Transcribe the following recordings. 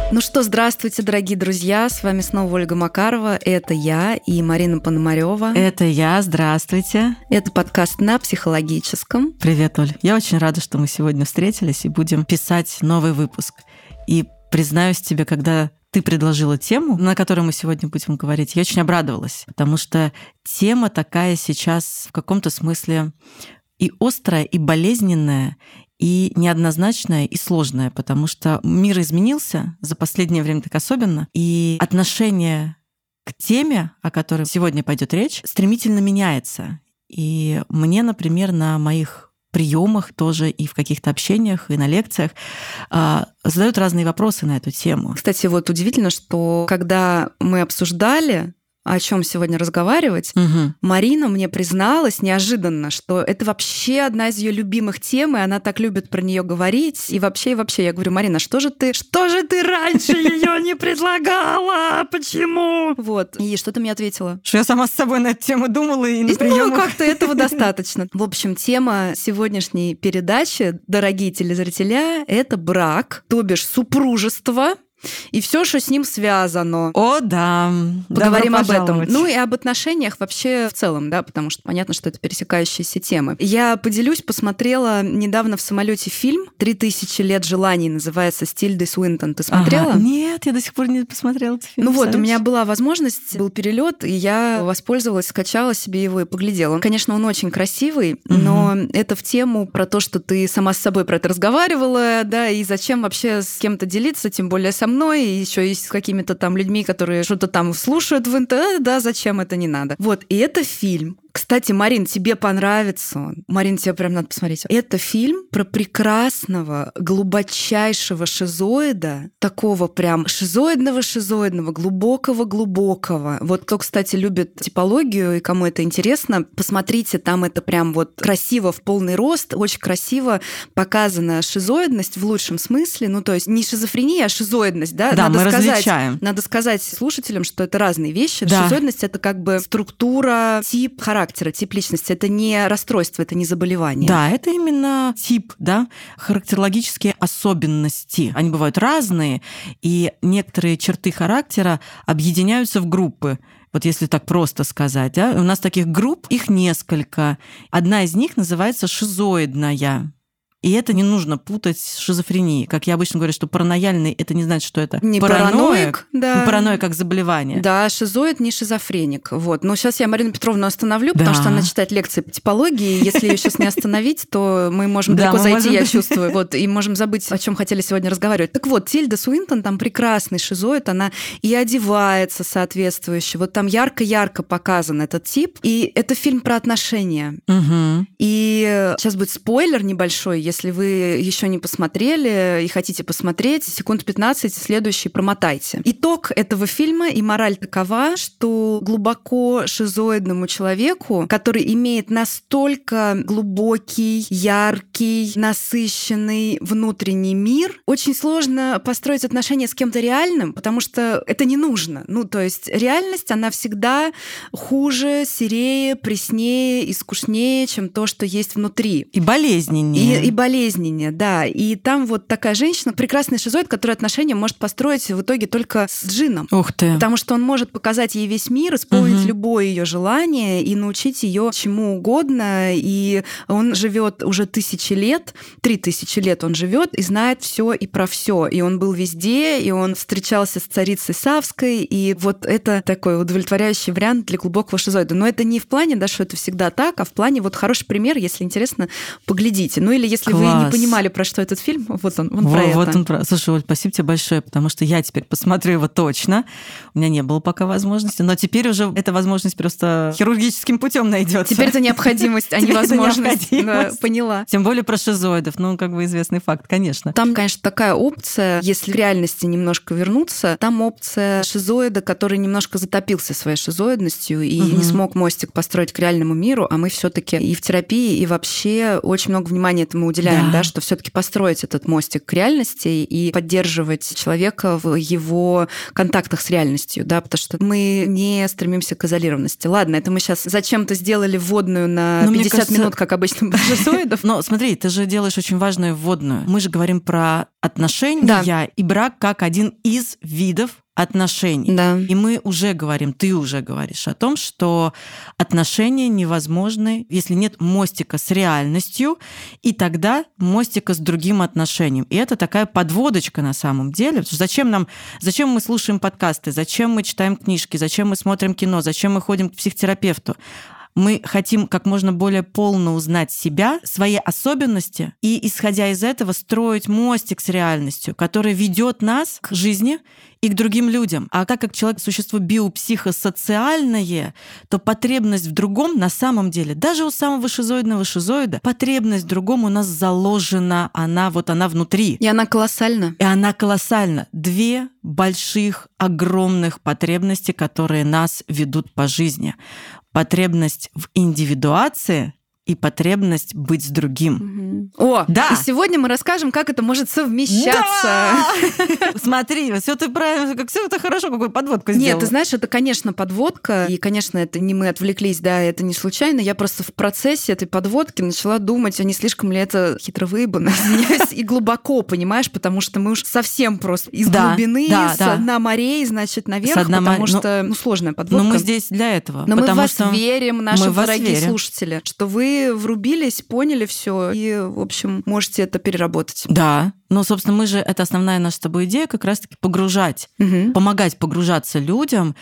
Ну что, здравствуйте, дорогие друзья. С вами снова Ольга Макарова. Это я и Марина Пономарёва. Это я. Здравствуйте. Это подкаст «На психологическом». Привет, Оль. Я очень рада, что мы сегодня встретились и будем писать новый выпуск. И признаюсь тебе, когда ты предложила тему, на которой мы сегодня будем говорить, я очень обрадовалась, потому что тема такая сейчас в каком-то смысле и острая, и болезненная, и неоднозначная, и сложная, потому что мир изменился за последнее время так особенно, и отношение к теме, о которой сегодня пойдет речь, стремительно меняется. И мне, например, на моих приемах тоже и в каких-то общениях, и на лекциях задают разные вопросы на эту тему. Кстати, вот удивительно, что когда мы обсуждали, о чем сегодня разговаривать, Марина мне призналась неожиданно, что это вообще одна из ее любимых тем, и она так любит про нее говорить. И вообще. Я говорю: Марина, что же ты раньше ее не предлагала? Почему? Вот. И что ты мне ответила? Что я сама с собой на эту тему думала и на приемах. Ну, как-то этого достаточно. В общем, тема сегодняшней передачи, дорогие телезрителя, это брак, то бишь супружество. И все, что с ним связано. О, да. Поговорим об этом. Ну и об отношениях вообще в целом, да, потому что понятно, что это пересекающиеся темы. Я поделюсь, посмотрела недавно в самолете фильм «3000 лет желаний», называется, с Тильдой Суинтон. Ты смотрела? Нет, я до сих пор не посмотрела этот фильм. Ну вот, у меня была возможность, был перелет, и я воспользовалась, скачала себе его и поглядела. Конечно, он очень красивый, но это в тему про то, что ты сама с собой про это разговаривала, да, и зачем вообще с кем-то делиться, тем более со мной, и еще и с какими-то там людьми, которые что-то там слушают в интернете, да, зачем это не надо. Вот, и это фильм. Кстати, Марин, тебе понравится он. Марин, тебе прям надо посмотреть. Это фильм про прекрасного, глубочайшего шизоида, такого прям шизоидного, глубокого. Вот кто, кстати, любит типологию и кому это интересно, посмотрите, там это прям вот красиво в полный рост, очень красиво показана шизоидность в лучшем смысле, ну то есть не шизофрения, а шизоидность, да? Да, мы различаем. Надо сказать слушателям, что это разные вещи. Да. Шизоидность — это как бы структура, тип характера, тип личности. Это не расстройство, это не заболевание. Да, это именно тип, да, характерологические особенности. Они бывают разные, и некоторые черты характера объединяются в группы. Вот если так просто сказать, да, у нас таких групп, их несколько. Одна из них называется шизоидная. И это не нужно путать с шизофренией. Как я обычно говорю, что паранояльный — это не значит, что это не параноик, да. Паранойя как заболевание. Да, шизоид не шизофреник. Вот. Но сейчас я Марину Петровну остановлю, потому что она читает лекции по типологии. Если ее сейчас не остановить, то мы можем далеко зайти, я чувствую. Вот, и можем забыть, о чем хотели сегодня разговаривать. Так вот, Тильда Суинтон, там прекрасный шизоид, она и одевается соответствующе. Вот там ярко-ярко показан этот тип. И это фильм про отношения. И сейчас будет спойлер небольшой. Если вы еще не посмотрели и хотите посмотреть, секунд 15 следующий промотайте. Итог этого фильма и мораль такова, что глубоко шизоидному человеку, который имеет настолько глубокий, яркий, насыщенный внутренний мир, очень сложно построить отношения с кем-то реальным, потому что это не нужно. Ну, то есть реальность, она всегда хуже, серее, преснее и скучнее, чем то, что есть внутри. И болезненнее. И болезненнее, да. И там вот такая женщина, прекрасный шизоид, который отношения может построить в итоге только с джинном. Ух ты. Потому что он может показать ей весь мир, исполнить любое ее желание и научить ее чему угодно. И он живет уже 1000 лет, 3000 лет он живет и знает все и про все. И он был везде, и он встречался с царицей Савской, и вот это такой удовлетворяющий вариант для глубокого шизоида. Но это не в плане, да, что это всегда так, а в плане вот хороший пример, если интересно, поглядите. Ну или если вы не понимали, про что этот фильм, вот он про это. Вот он про. Слушай, Оль, спасибо тебе большое, потому что я теперь посмотрю его точно. У меня не было пока возможности, но теперь уже эта возможность просто хирургическим путем найдется. Теперь это необходимость, а не возможность. Да, поняла. Тем более про шизоидов, ну, как бы известный факт, конечно. Там, конечно, такая опция, если к реальности немножко вернуться, там опция шизоида, который немножко затопился своей шизоидностью и не смог мостик построить к реальному миру, а мы все-таки и в терапии, и вообще очень много внимания этому уделяем уделяем, да, что все-таки построить этот мостик к реальности и поддерживать человека в его контактах с реальностью, да, потому что мы не стремимся к изолированности. Ладно, это мы сейчас зачем-то сделали вводную на 50 минут, как обычно, шизоидов. Но смотри, ты же делаешь очень важную вводную. Мы же говорим про отношения и брак как один из видов отношений. Да. И мы уже говорим, ты уже говоришь о том, что отношения невозможны, если нет мостика с реальностью, и тогда мостика с другим отношением. И это такая подводочка на самом деле. Зачем мы слушаем подкасты, зачем мы читаем книжки, зачем мы смотрим кино, зачем мы ходим к психотерапевту? Мы хотим как можно более полно узнать себя, свои особенности, и, исходя из этого, строить мостик с реальностью, который ведет нас к жизни и к другим людям. А так как человек — существо биопсихосоциальное, то потребность в другом на самом деле, даже у самого шизоидного шизоида, потребность в другом у нас заложена, она внутри. И она колоссальна. Две больших, огромных потребности, которые нас ведут по жизни. Потребность в индивидуации и потребность быть с другим. О, да. И сегодня мы расскажем, как это может совмещаться. Да! Смотри, все ты правильно, как все это хорошо, какую подводку сделала. Нет, ты знаешь, это, конечно, подводка, и, конечно, это не мы отвлеклись, да, это не случайно. Я просто в процессе этой подводки начала думать, а не слишком ли это хитро выебано, извиняюсь, и глубоко, понимаешь, потому что мы уж совсем просто из глубины, с дна морей, значит, наверх, потому что, сложная подводка. Но мы здесь для этого. Но мы в вас верим, наши дорогие слушатели, что вы врубились, поняли все и, в общем, можете это переработать. Да. Ну, собственно, мы же, это основная наша с тобой идея, как раз-таки погружать, помогать погружаться людям.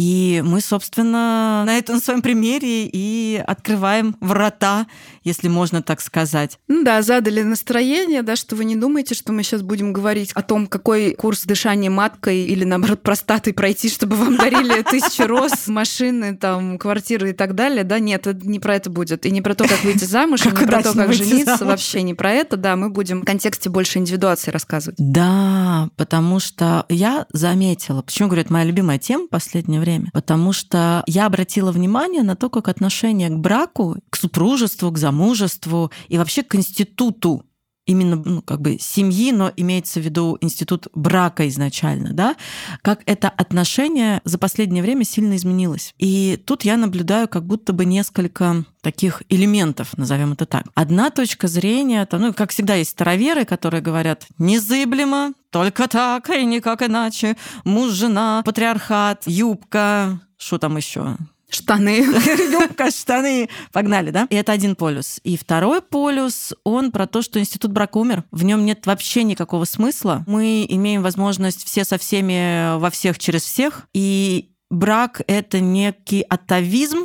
И мы, собственно, на этом своем примере и открываем врата, если можно так сказать. Ну да, задали настроение, да, что вы не думаете, что мы сейчас будем говорить о том, какой курс дышания маткой или, наоборот, простатой пройти, чтобы вам дарили 1000 роз, машины, там, квартиры и так далее. Да, нет, не про это будет. И не про то, как выйти замуж, и не про то, как жениться. Вообще не про это, да. Мы будем в контексте больше индивидуальности рассказывать. Да, потому что я заметила, почему, говорю, это моя любимая тема в последнее время, потому что я обратила внимание на то, как отношение к браку, к супружеству, к замужеству и вообще к институту именно семьи, но имеется в виду институт брака изначально, да, как это отношение за последнее время сильно изменилось. И тут я наблюдаю как будто бы несколько таких элементов, назовем это так. Одна точка зрения, как всегда, есть староверы, которые говорят: незыблемо, только так и никак иначе, муж, жена, патриархат, юбка, что там еще? Штаны. Юбка, штаны. Погнали, да? И это один полюс. И второй полюс, он про то, что институт брака умер. В нем нет вообще никакого смысла. Мы имеем возможность все со всеми, во всех через всех. И брак — это некий атовизм,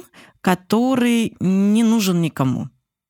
который не нужен никому.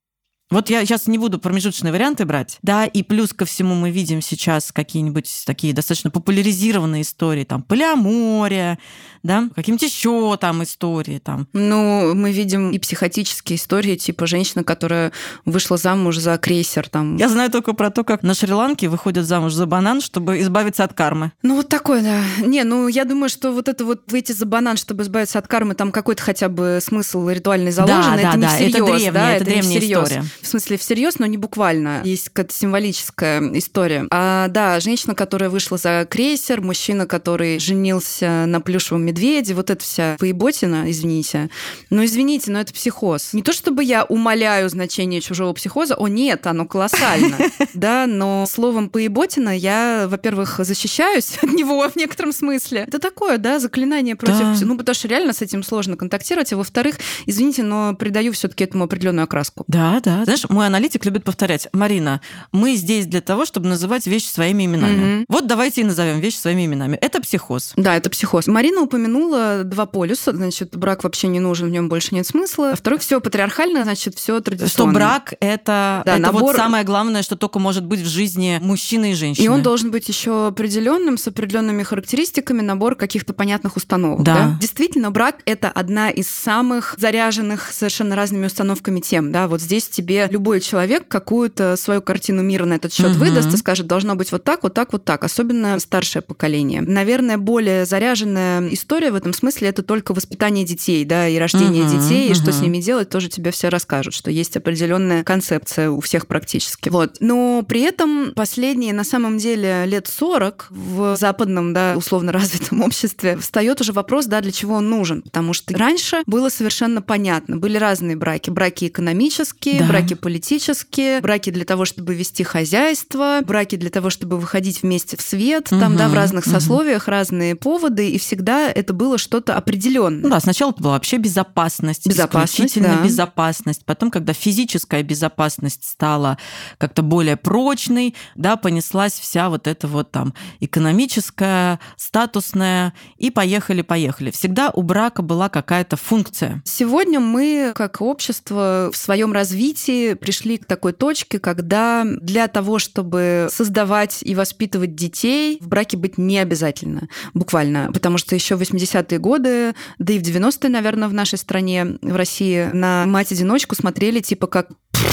Вот я сейчас не буду промежуточные варианты брать, да, и плюс ко всему мы видим сейчас какие-нибудь такие достаточно популяризированные истории, там, полиамория, да, какие-нибудь еще там истории, там. Ну, мы видим и психотические истории, типа женщина, которая вышла замуж за крейсер, там. Я знаю только про то, как на Шри-Ланке выходят замуж за банан, чтобы избавиться от кармы. Ну, вот такое, да. Не, я думаю, что вот это вот выйти за банан, чтобы избавиться от кармы, там какой-то хотя бы смысл ритуальный заложен, это не всерьез, это древняя история. В смысле, всерьез, но не буквально. Есть какая-то символическая история. Да, женщина, которая вышла за крейсер, мужчина, который женился на плюшевом медведе, вот эта вся поеботина, извините. Но это психоз. Не то чтобы я умаляю значение чужого психоза, нет, оно колоссально. Да, но словом поеботина я, во-первых, защищаюсь от него в некотором смысле. Это такое, да, заклинание против... Ну, потому что реально с этим сложно контактировать. А во-вторых, извините, но придаю все-таки этому определенную окраску. Да. Знаешь, мой аналитик любит повторять: Марина, мы здесь для того, чтобы называть вещи своими именами. Вот давайте и назовем вещи своими именами. Это психоз. Да, это психоз. Марина упомянула 2 полюса. Значит, брак вообще не нужен, в нем больше нет смысла. Во-вторых, все патриархально, значит, все традиционно. Что брак это набор... вот самое главное, что только может быть в жизни мужчины и женщины. И он должен быть еще определенным, с определенными характеристиками, набор каких-то понятных установок. Да. Действительно, брак это одна из самых заряженных совершенно разными установками тем. Да, вот здесь тебе тебе любой человек какую-то свою картину мира на этот счет выдаст и скажет, должно быть вот так, вот так, вот так. Особенно старшее поколение. Наверное, более заряженная история в этом смысле — это только воспитание детей, да, и рождение детей, и что с ними делать, тоже тебе все расскажут, что есть определенная концепция у всех практически. Вот. Но при этом последние, на самом деле, лет 40 в западном, да, условно развитом обществе встает уже вопрос, да, для чего он нужен. Потому что раньше было совершенно понятно. Были разные браки. Браки экономические, да, браки политические, браки для того, чтобы вести хозяйство, браки для того, чтобы выходить вместе в свет, там, да, в разных сословиях, разные поводы, и всегда это было что-то определенное. Ну да, сначала это была вообще безопасность, исключительно да, безопасность. Потом, когда физическая безопасность стала как-то более прочной, да, понеслась вся вот эта вот там экономическая, статусная, и поехали. Всегда у брака была какая-то функция. Сегодня мы, как общество, в своем развитии пришли к такой точке, когда для того, чтобы создавать и воспитывать детей, в браке быть не обязательно, буквально. Потому что еще в 80-е годы, да и в 90-е, наверное, в нашей стране, в России, на мать-одиночку смотрели типа как...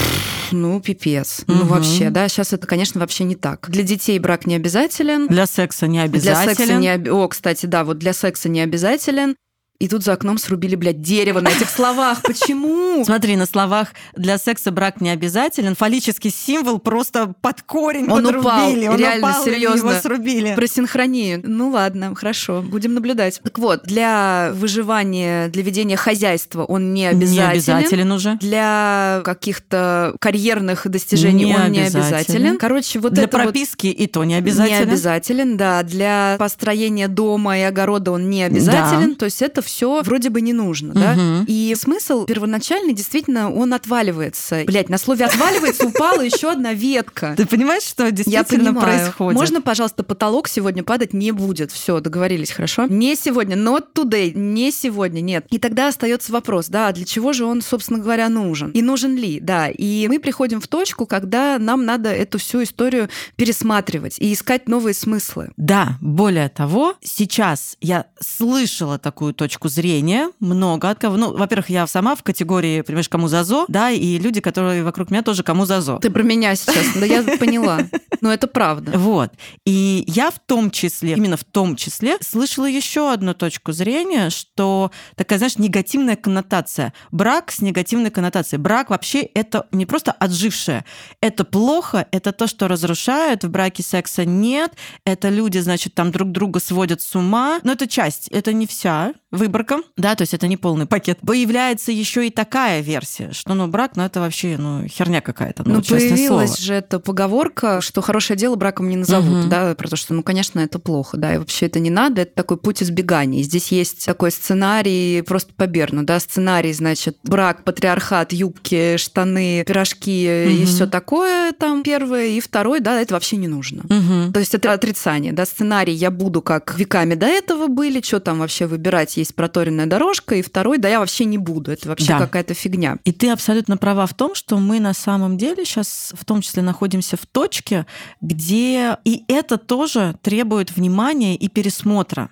Ну, пипец. Ну, вообще, да, сейчас это, конечно, вообще не так. Для детей брак не обязателен. Для секса не обязателен. Для секса не О, кстати, да, вот для секса не обязателен. И тут за окном срубили, блядь, дерево на этих словах. Почему? Смотри, на словах «для секса брак не обязателен» фаллический символ просто под корень подрубили. Он упал, серьезно. Его срубили. Про синхронию. Ну ладно, хорошо, будем наблюдать. Так вот, для выживания, для ведения хозяйства он не обязателен. Не обязателен уже. Для каких-то карьерных достижений он не обязателен. Короче, вот для это прописки вот и то не обязателен. Не обязателен, да. Для построения дома и огорода он не обязателен. Да. То есть это все вроде бы не нужно, да? И смысл первоначальный, действительно, он отваливается. Блять, на слове «отваливается» упала еще одна ветка. Ты понимаешь, что действительно происходит? Можно, пожалуйста, потолок сегодня падать не будет. Все, договорились, хорошо? Не сегодня, not today, не сегодня, нет. И тогда остается вопрос, да, для чего же он, собственно говоря, нужен? И нужен ли, да. И мы приходим в точку, когда нам надо эту всю историю пересматривать и искать новые смыслы. Да, более того, сейчас я слышала такую точку зрения, много от кого. Ну, во-первых, я сама в категории, понимаешь, кому зазо, да, и люди, которые вокруг меня, тоже кому зазо. Ты про меня сейчас, да, я поняла. Но это правда. Вот. И я в том числе, именно в том числе, слышала еще одну точку зрения, что такая, знаешь, негативная коннотация. Брак с негативной коннотацией. Брак вообще это не просто отжившее. Это плохо, это то, что разрушает. В браке секса нет. Это люди, значит, там друг друга сводят с ума. Но это часть, это не вся выборка, да, то есть это не полный пакет. Появляется еще и такая версия, что, ну, брак, ну, это вообще, ну, херня какая-то, ну, честное слово. Появилась же эта поговорка, что хорошее дело браком не назовут, да, потому что, ну, конечно, это плохо, да, и вообще это не надо, это такой путь избегания. И здесь есть такой сценарий просто по Берну, да, сценарий, значит, брак, патриархат, юбки, штаны, пирожки и все такое там первое, и второй, да, это вообще не нужно. То есть это отрицание, да, сценарий я буду как веками до этого были, что там вообще выбирать, есть проторенная дорожка, и второй, да, я вообще не буду. Это вообще какая-то фигня. И ты абсолютно права в том, что мы на самом деле сейчас в том числе находимся в точке, где и это тоже требует внимания и пересмотра.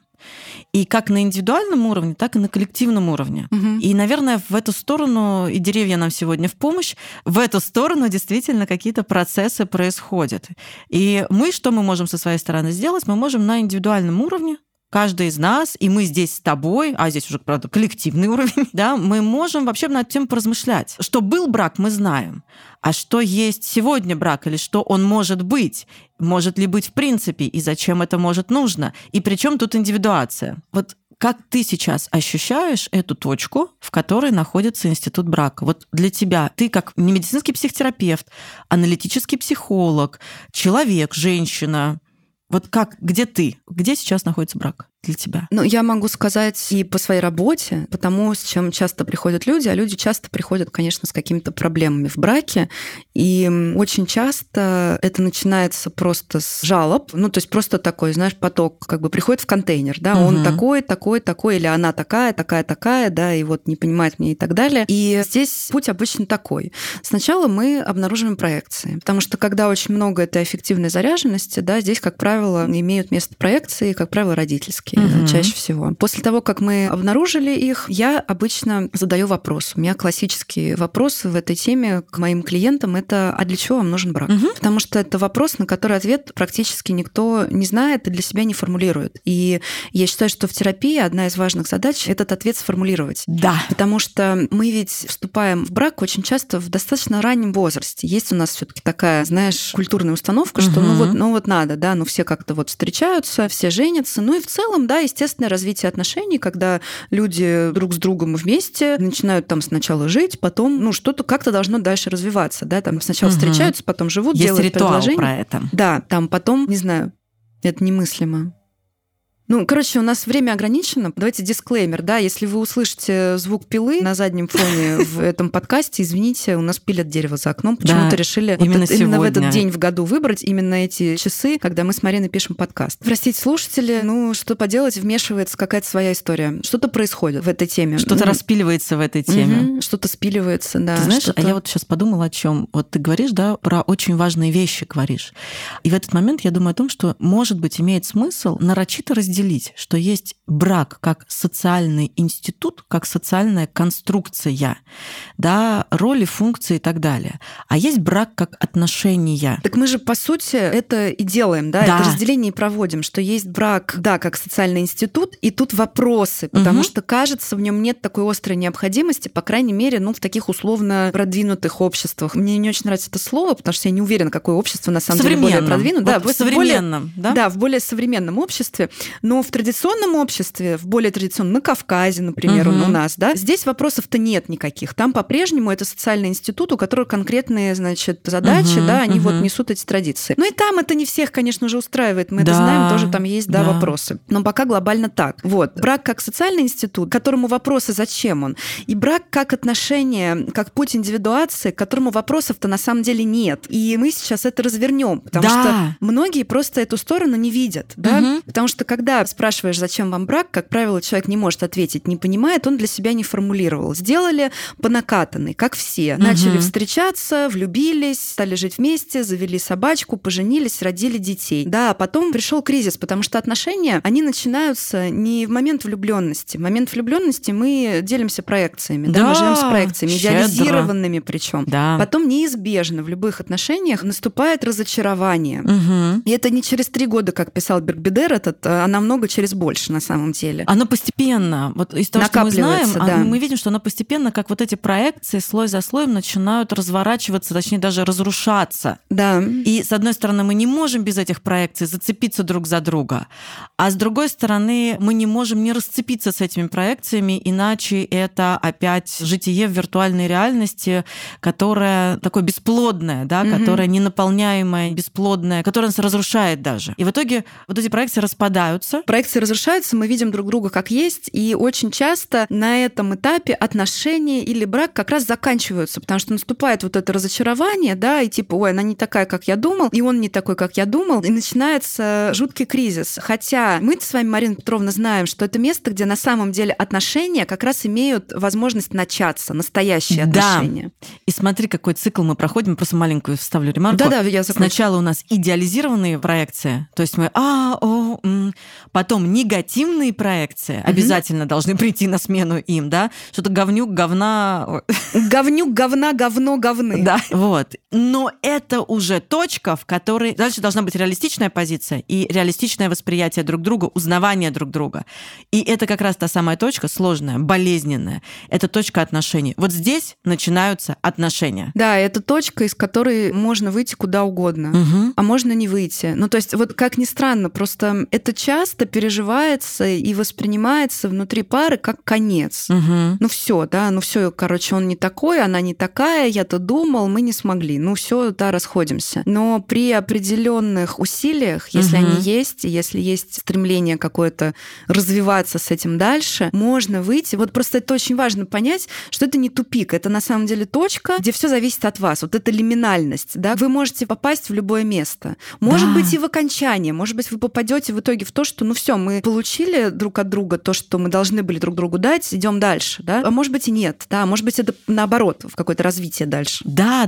И как на индивидуальном уровне, так и на коллективном уровне. И, наверное, в эту сторону, и деревья нам сегодня в помощь, в эту сторону действительно какие-то процессы происходят. И что мы можем со своей стороны сделать? Мы можем на индивидуальном уровне, каждый из нас, и мы здесь с тобой, а здесь уже, правда, коллективный уровень, да, мы можем вообще на эту тему поразмышлять. Что был брак, мы знаем. А что есть сегодня брак, или что он может быть? Может ли быть в принципе? И зачем это может нужно? И причем тут индивидуация? Вот как ты сейчас ощущаешь эту точку, в которой находится институт брака? Вот для тебя, ты как не медицинский психотерапевт, аналитический психолог, человек, женщина, вот как, где ты? Где сейчас находится брак для тебя? Ну, я могу сказать и по своей работе, потому с чем часто приходят люди, а люди часто приходят, конечно, с какими-то проблемами в браке, и очень часто это начинается просто с жалоб, ну, то есть просто такой, знаешь, поток как бы приходит в контейнер, да, он такой, или она такая, да, и вот не понимает меня и так далее. И здесь путь обычно такой. Сначала мы обнаруживаем проекции, потому что когда очень много этой аффективной заряженности, да, здесь, как правило, имеют место проекции, как правило, родительские. ошибки чаще всего. После того, как мы обнаружили их, я обычно задаю вопрос. У меня классический вопрос в этой теме к моим клиентам – это «А для чего вам нужен брак?». Потому что это вопрос, на который ответ практически никто не знает и для себя не формулирует. И я считаю, что в терапии одна из важных задач – этот ответ сформулировать. Да. Потому что мы ведь вступаем в брак очень часто в достаточно раннем возрасте. Есть у нас все-таки такая, знаешь, культурная установка, что ну вот надо, да, ну все как-то вот встречаются, все женятся. Ну и в целом, да, естественное развитие отношений, когда люди друг с другом вместе начинают там сначала жить, потом, ну, что-то как-то должно дальше развиваться, да, там сначала встречаются, потом живут, есть делают ритуал предложение. Про это. Да, там потом, не знаю, это немыслимо. Ну, короче, у нас время ограничено. Давайте дисклеймер, да, если вы услышите звук пилы на заднем фоне в этом подкасте, извините, у нас пилят дерево за окном, почему-то решили именно в этот день в году выбрать именно эти часы, когда мы с Мариной пишем подкаст. Простите, слушатели, ну, что поделать, вмешивается какая-то своя история. Что-то происходит в этой теме. Что-то распиливается в этой теме. Что-то спиливается, да. Ты знаешь, а я вот сейчас подумала о чем. Вот ты говоришь, да, про очень важные вещи говоришь. И в этот момент я думаю о том, что, может быть, имеет смысл нарочито разделить, что есть брак как социальный институт, как социальная конструкция, да, роли, функции и так далее. А есть брак как отношения. Так мы же, по сути, это и делаем, да? Это разделение и проводим, что есть брак, да, как социальный институт, и тут вопросы, потому что, кажется, в нем нет такой острой необходимости, по крайней мере, ну, в таких условно продвинутых обществах. Мне не очень нравится это слово, потому что я не уверена, какое общество на самом деле более продвинутое. Вот в современном, да? Да, в более современном обществе. Но в традиционном обществе, в более традиционном, на Кавказе, например, у нас, да, здесь вопросов-то нет никаких. Там по-прежнему это социальный институт, у которого конкретные, значит, задачи, да, они вот несут эти традиции. Ну и там это не всех, конечно же, устраивает. Мы это знаем, тоже там есть, да, вопросы. Но пока глобально так. Вот. Брак как социальный институт, которому вопросы, зачем он, и брак как отношение, как путь индивидуации, к которому вопросов-то на самом деле нет. И мы сейчас это развернем, потому что многие просто эту сторону не видят, да, потому что когда спрашиваешь, зачем вам брак, как правило, человек не может ответить, не понимает, он для себя не формулировал. Сделали по накатанной, как все. Начали встречаться, влюбились, стали жить вместе, завели собачку, поженились, родили детей. Да, потом пришел кризис, потому что отношения, они начинаются не в момент влюбленности. В момент влюбленности мы делимся проекциями, да, мы живем с проекциями, идеализированными причем. Да. Потом неизбежно в любых отношениях наступает разочарование. И это не через 3 года, как писал Беркбедер, а намного через больше на самом деле. Оно постепенно, вот из того, что мы знаем, мы видим, что оно постепенно, как вот эти проекции, слой за слоем начинают разворачиваться, точнее даже разрушаться. Да. И с одной стороны, мы не можем без этих проекций зацепиться друг за друга, а с другой стороны, мы не можем не расцепиться с этими проекциями, иначе это опять житие в виртуальной реальности, которая такое бесплодное, да, которая ненаполняемая, бесплодная, которая нас разрушает даже. И в итоге вот эти проекции распадаются. Проекции разрушаются, мы видим друг друга как есть, и очень часто на этом этапе отношения или брак как раз заканчиваются, потому что наступает вот это разочарование, да, и типа, ой, она не такая, как я думал, и он не такой, как я думал, и начинается жуткий кризис. Хотя мы с вами, Марина Петровна, знаем, что это место, где на самом деле отношения как раз имеют возможность начаться, настоящие отношения. И смотри, какой цикл мы проходим, просто маленькую вставлю ремарку. Да, я закончу. Сначала у нас идеализированные проекции, то есть мы потом негативные проекции обязательно должны прийти на смену им, да, что-то говнюк, говна... Говнюк, говна, говно, говны. Да, вот. Но это уже точка, в которой дальше должна быть реалистичная позиция и реалистичное восприятие друг друга, узнавание друг друга. И это как раз та самая точка, сложная, болезненная. Это точка отношений. Вот здесь начинаются отношения. Да, это точка, из которой можно выйти куда угодно, а можно не выйти. Ну, то есть, вот как ни странно, просто это часто переживается и воспринимается внутри пары как конец. Ну все, да, короче, он не такой, она не такая, я-то думал, мы не смогли. Ну все, да, расходимся. Но при определенных усилиях, если они есть, если есть стремление какое-то развиваться с этим дальше, можно выйти. Вот просто это очень важно понять, что это не тупик, это на самом деле точка, где все зависит от вас. Вот эта лиминальность, да, вы можете попасть в любое место. Может быть, и в окончание, может быть, вы попадете в итоге в то, что что ну все, мы получили друг от друга то, что мы должны были друг другу дать, идем дальше, да? А может быть и нет, да, может быть это наоборот, в какое-то развитие дальше. Да.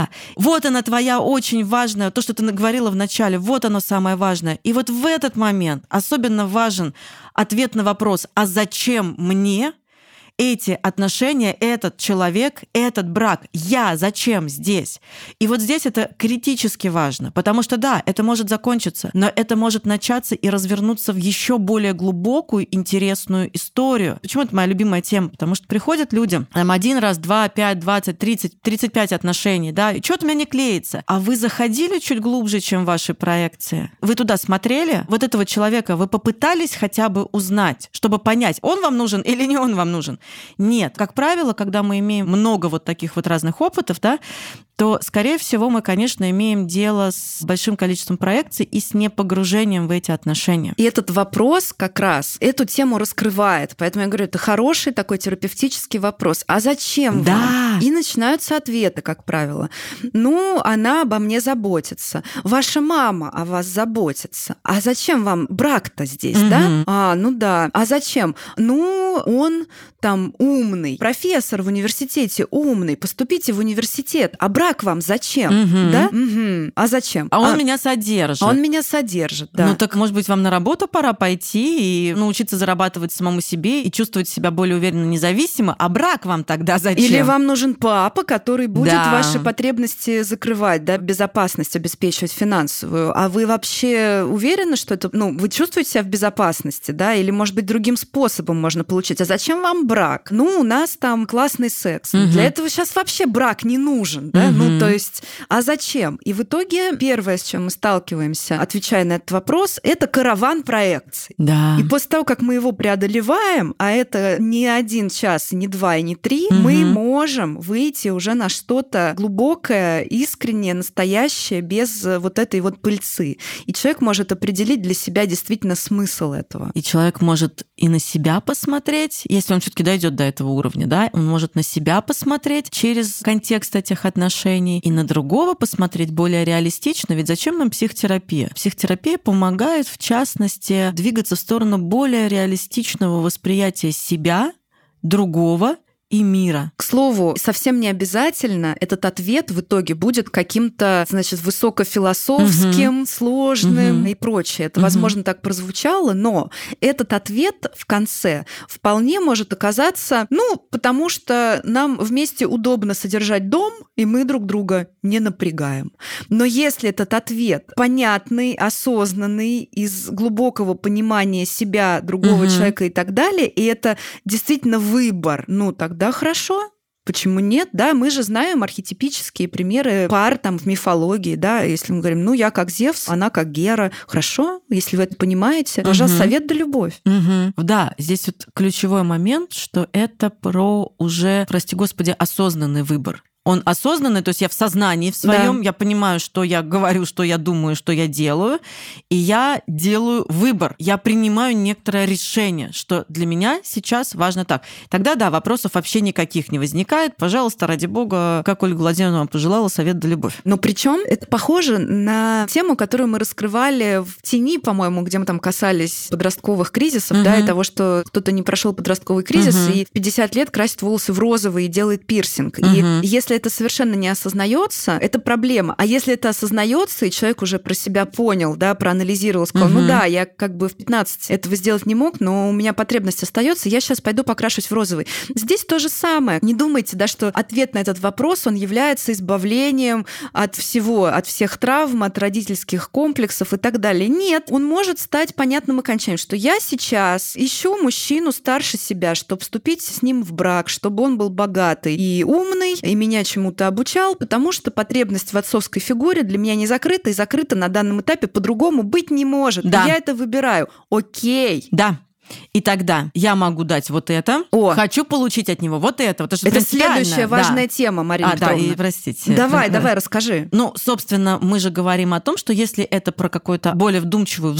Вот она твоя очень важная, то, что ты говорила в начале, вот оно самое важное. И вот в этот момент особенно важен ответ на вопрос, а зачем мне эти отношения, этот человек, этот брак? Я зачем здесь? И вот здесь это критически важно, потому что да, это может закончиться, но это может начаться и развернуться в еще более глубокую, интересную историю. Почему это моя любимая тема? Потому что приходят люди, там 1 раз, 2, 5, 20, 30, 35 отношений, да, и что-то у меня не клеится. А вы заходили чуть глубже, чем ваши проекции? Вы туда смотрели? Вот этого человека вы попытались хотя бы узнать, чтобы понять, он вам нужен или не он вам нужен? Нет. Как правило, когда мы имеем много вот таких вот разных опытов, да, то, скорее всего, мы, конечно, имеем дело с большим количеством проекций и с непогружением в эти отношения. И этот вопрос как раз эту тему раскрывает. Поэтому я говорю, это хороший такой терапевтический вопрос. А зачем вам? И начинаются ответы, как правило. Ну, она обо мне заботится. Ваша мама о вас заботится. А зачем вам брак-то здесь, да? Ну да. А зачем? Ну, он там умный, профессор в университете умный, поступите в университет. А брак вам зачем? Да? А зачем? А он меня содержит. Он меня содержит, да. Ну так, может быть, вам на работу пора пойти и научиться зарабатывать самому себе и чувствовать себя более уверенно, независимо. А брак вам тогда зачем? Или вам нужен папа, который будет ваши потребности закрывать, да, безопасность обеспечивать финансовую. А вы вообще уверены, что это, ну, вы чувствуете себя в безопасности, да? Или, может быть, другим способом можно получить? А зачем вам брак? Ну, у нас там классный секс. Для этого сейчас вообще брак не нужен, да? Ну, то есть, а зачем? И в итоге первое, с чем мы сталкиваемся, отвечая на этот вопрос, это караван проекций. Да. И после того, как мы его преодолеваем, а это не 1 час, не 2, и не 3, мы можем выйти уже на что-то глубокое, искреннее, настоящее, без вот этой вот пыльцы. И человек может определить для себя действительно смысл этого. И человек может и на себя посмотреть, если он все-таки дойдет до этого уровня, да, он может на себя посмотреть через контекст этих отношений и на другого посмотреть более реалистично. Ведь зачем нам психотерапия? Психотерапия помогает, в частности, двигаться в сторону более реалистичного восприятия себя, другого и мира. К слову, совсем не обязательно этот ответ в итоге будет каким-то, значит, высокофилософским, сложным и прочее. Это, возможно, так прозвучало, но этот ответ в конце вполне может оказаться, ну, потому что нам вместе удобно содержать дом, и мы друг друга не напрягаем. Но если этот ответ понятный, осознанный, из глубокого понимания себя, другого человека и так далее, и это действительно выбор, ну, тогда хорошо. Почему нет? Да, мы же знаем архетипические примеры пар там в мифологии, да, если мы говорим, ну, я как Зевс, она как Гера. Хорошо, если вы это понимаете, пожалуйста, совет да любовь. Да, здесь вот ключевой момент, что это про уже, прости господи, осознанный выбор. Он осознанный, то есть я в сознании в своем, я понимаю, что я говорю, что я думаю, что я делаю, и я делаю выбор. Я принимаю некоторое решение, что для меня сейчас важно так. Тогда, да, вопросов вообще никаких не возникает. Пожалуйста, ради бога, как Ольга Владимировна вам пожелала, совет да любовь. Но причем это похоже на тему, которую мы раскрывали в тени, по-моему, где мы там касались подростковых кризисов, да, и того, что кто-то не прошел подростковый кризис и в 50 лет красит волосы в розовый и делает пирсинг. И если это совершенно не осознается, это проблема. А если это осознается, и человек уже про себя понял, да, проанализировал, сказал, ну да, я как бы в 15 этого сделать не мог, но у меня потребность остается, я сейчас пойду покрашусь в розовый. Здесь то же самое. Не думайте, да, что ответ на этот вопрос, он является избавлением от всего, от всех травм, от родительских комплексов и так далее. Нет, он может стать понятным окончанием, что я сейчас ищу мужчину старше себя, чтобы вступить с ним в брак, чтобы он был богатый и умный, и меня чему-то обучал, потому что потребность в отцовской фигуре для меня не закрыта, и закрыта на данном этапе по-другому быть не может. Да. Я это выбираю. Окей. Да. И тогда я могу дать вот это, хочу получить от него вот это. Это следующая важная тема, Марина Петровна. Да, и простите. Давай, расскажи. Ну, собственно, мы же говорим о том, что если это про какую-то более вдумчивую,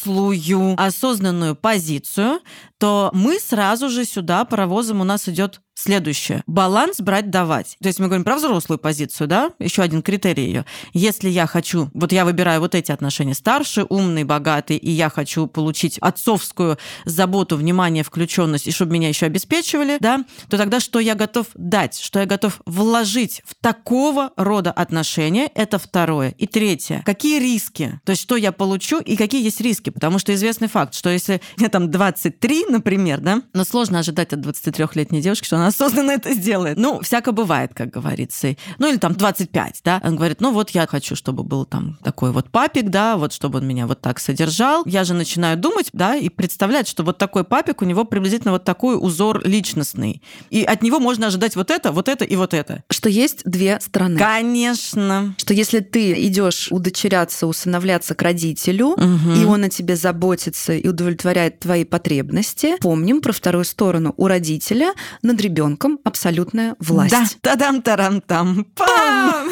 взрослую, осознанную позицию, то мы сразу же сюда паровозом у нас идет следующее. Баланс брать-давать. То есть мы говорим про взрослую позицию, да? Еще один критерий ее. Если я хочу, вот я выбираю вот эти отношения: старший, умный, богатый, и я хочу получить отцовскую заботу, внимание, включенность, и чтобы меня еще обеспечивали, да, то тогда что я готов дать, что я готов вложить в такого рода отношения, это второе. И третье. Какие риски? То есть что я получу и какие есть риски? Потому что известный факт, что если мне там 23, например, да, но сложно ожидать от 23-летней девушки, что она осознанно это сделает. Ну, всяко бывает, как говорится. Ну, или там 25, да. Он говорит, ну, вот я хочу, чтобы был там такой вот папик, да, вот чтобы он меня вот так содержал. Я же начинаю думать, да, и представлять, что вот такой папик, у него приблизительно вот такой узор личностный. И от него можно ожидать вот это и вот это. Что есть две стороны. Конечно. Что если ты идешь удочеряться, усыновляться к родителю, и он о тебе заботится и удовлетворяет твои потребности, помним про вторую сторону. У родителя над ребенком абсолютная власть. Да, тадам-тарам-там. Пам!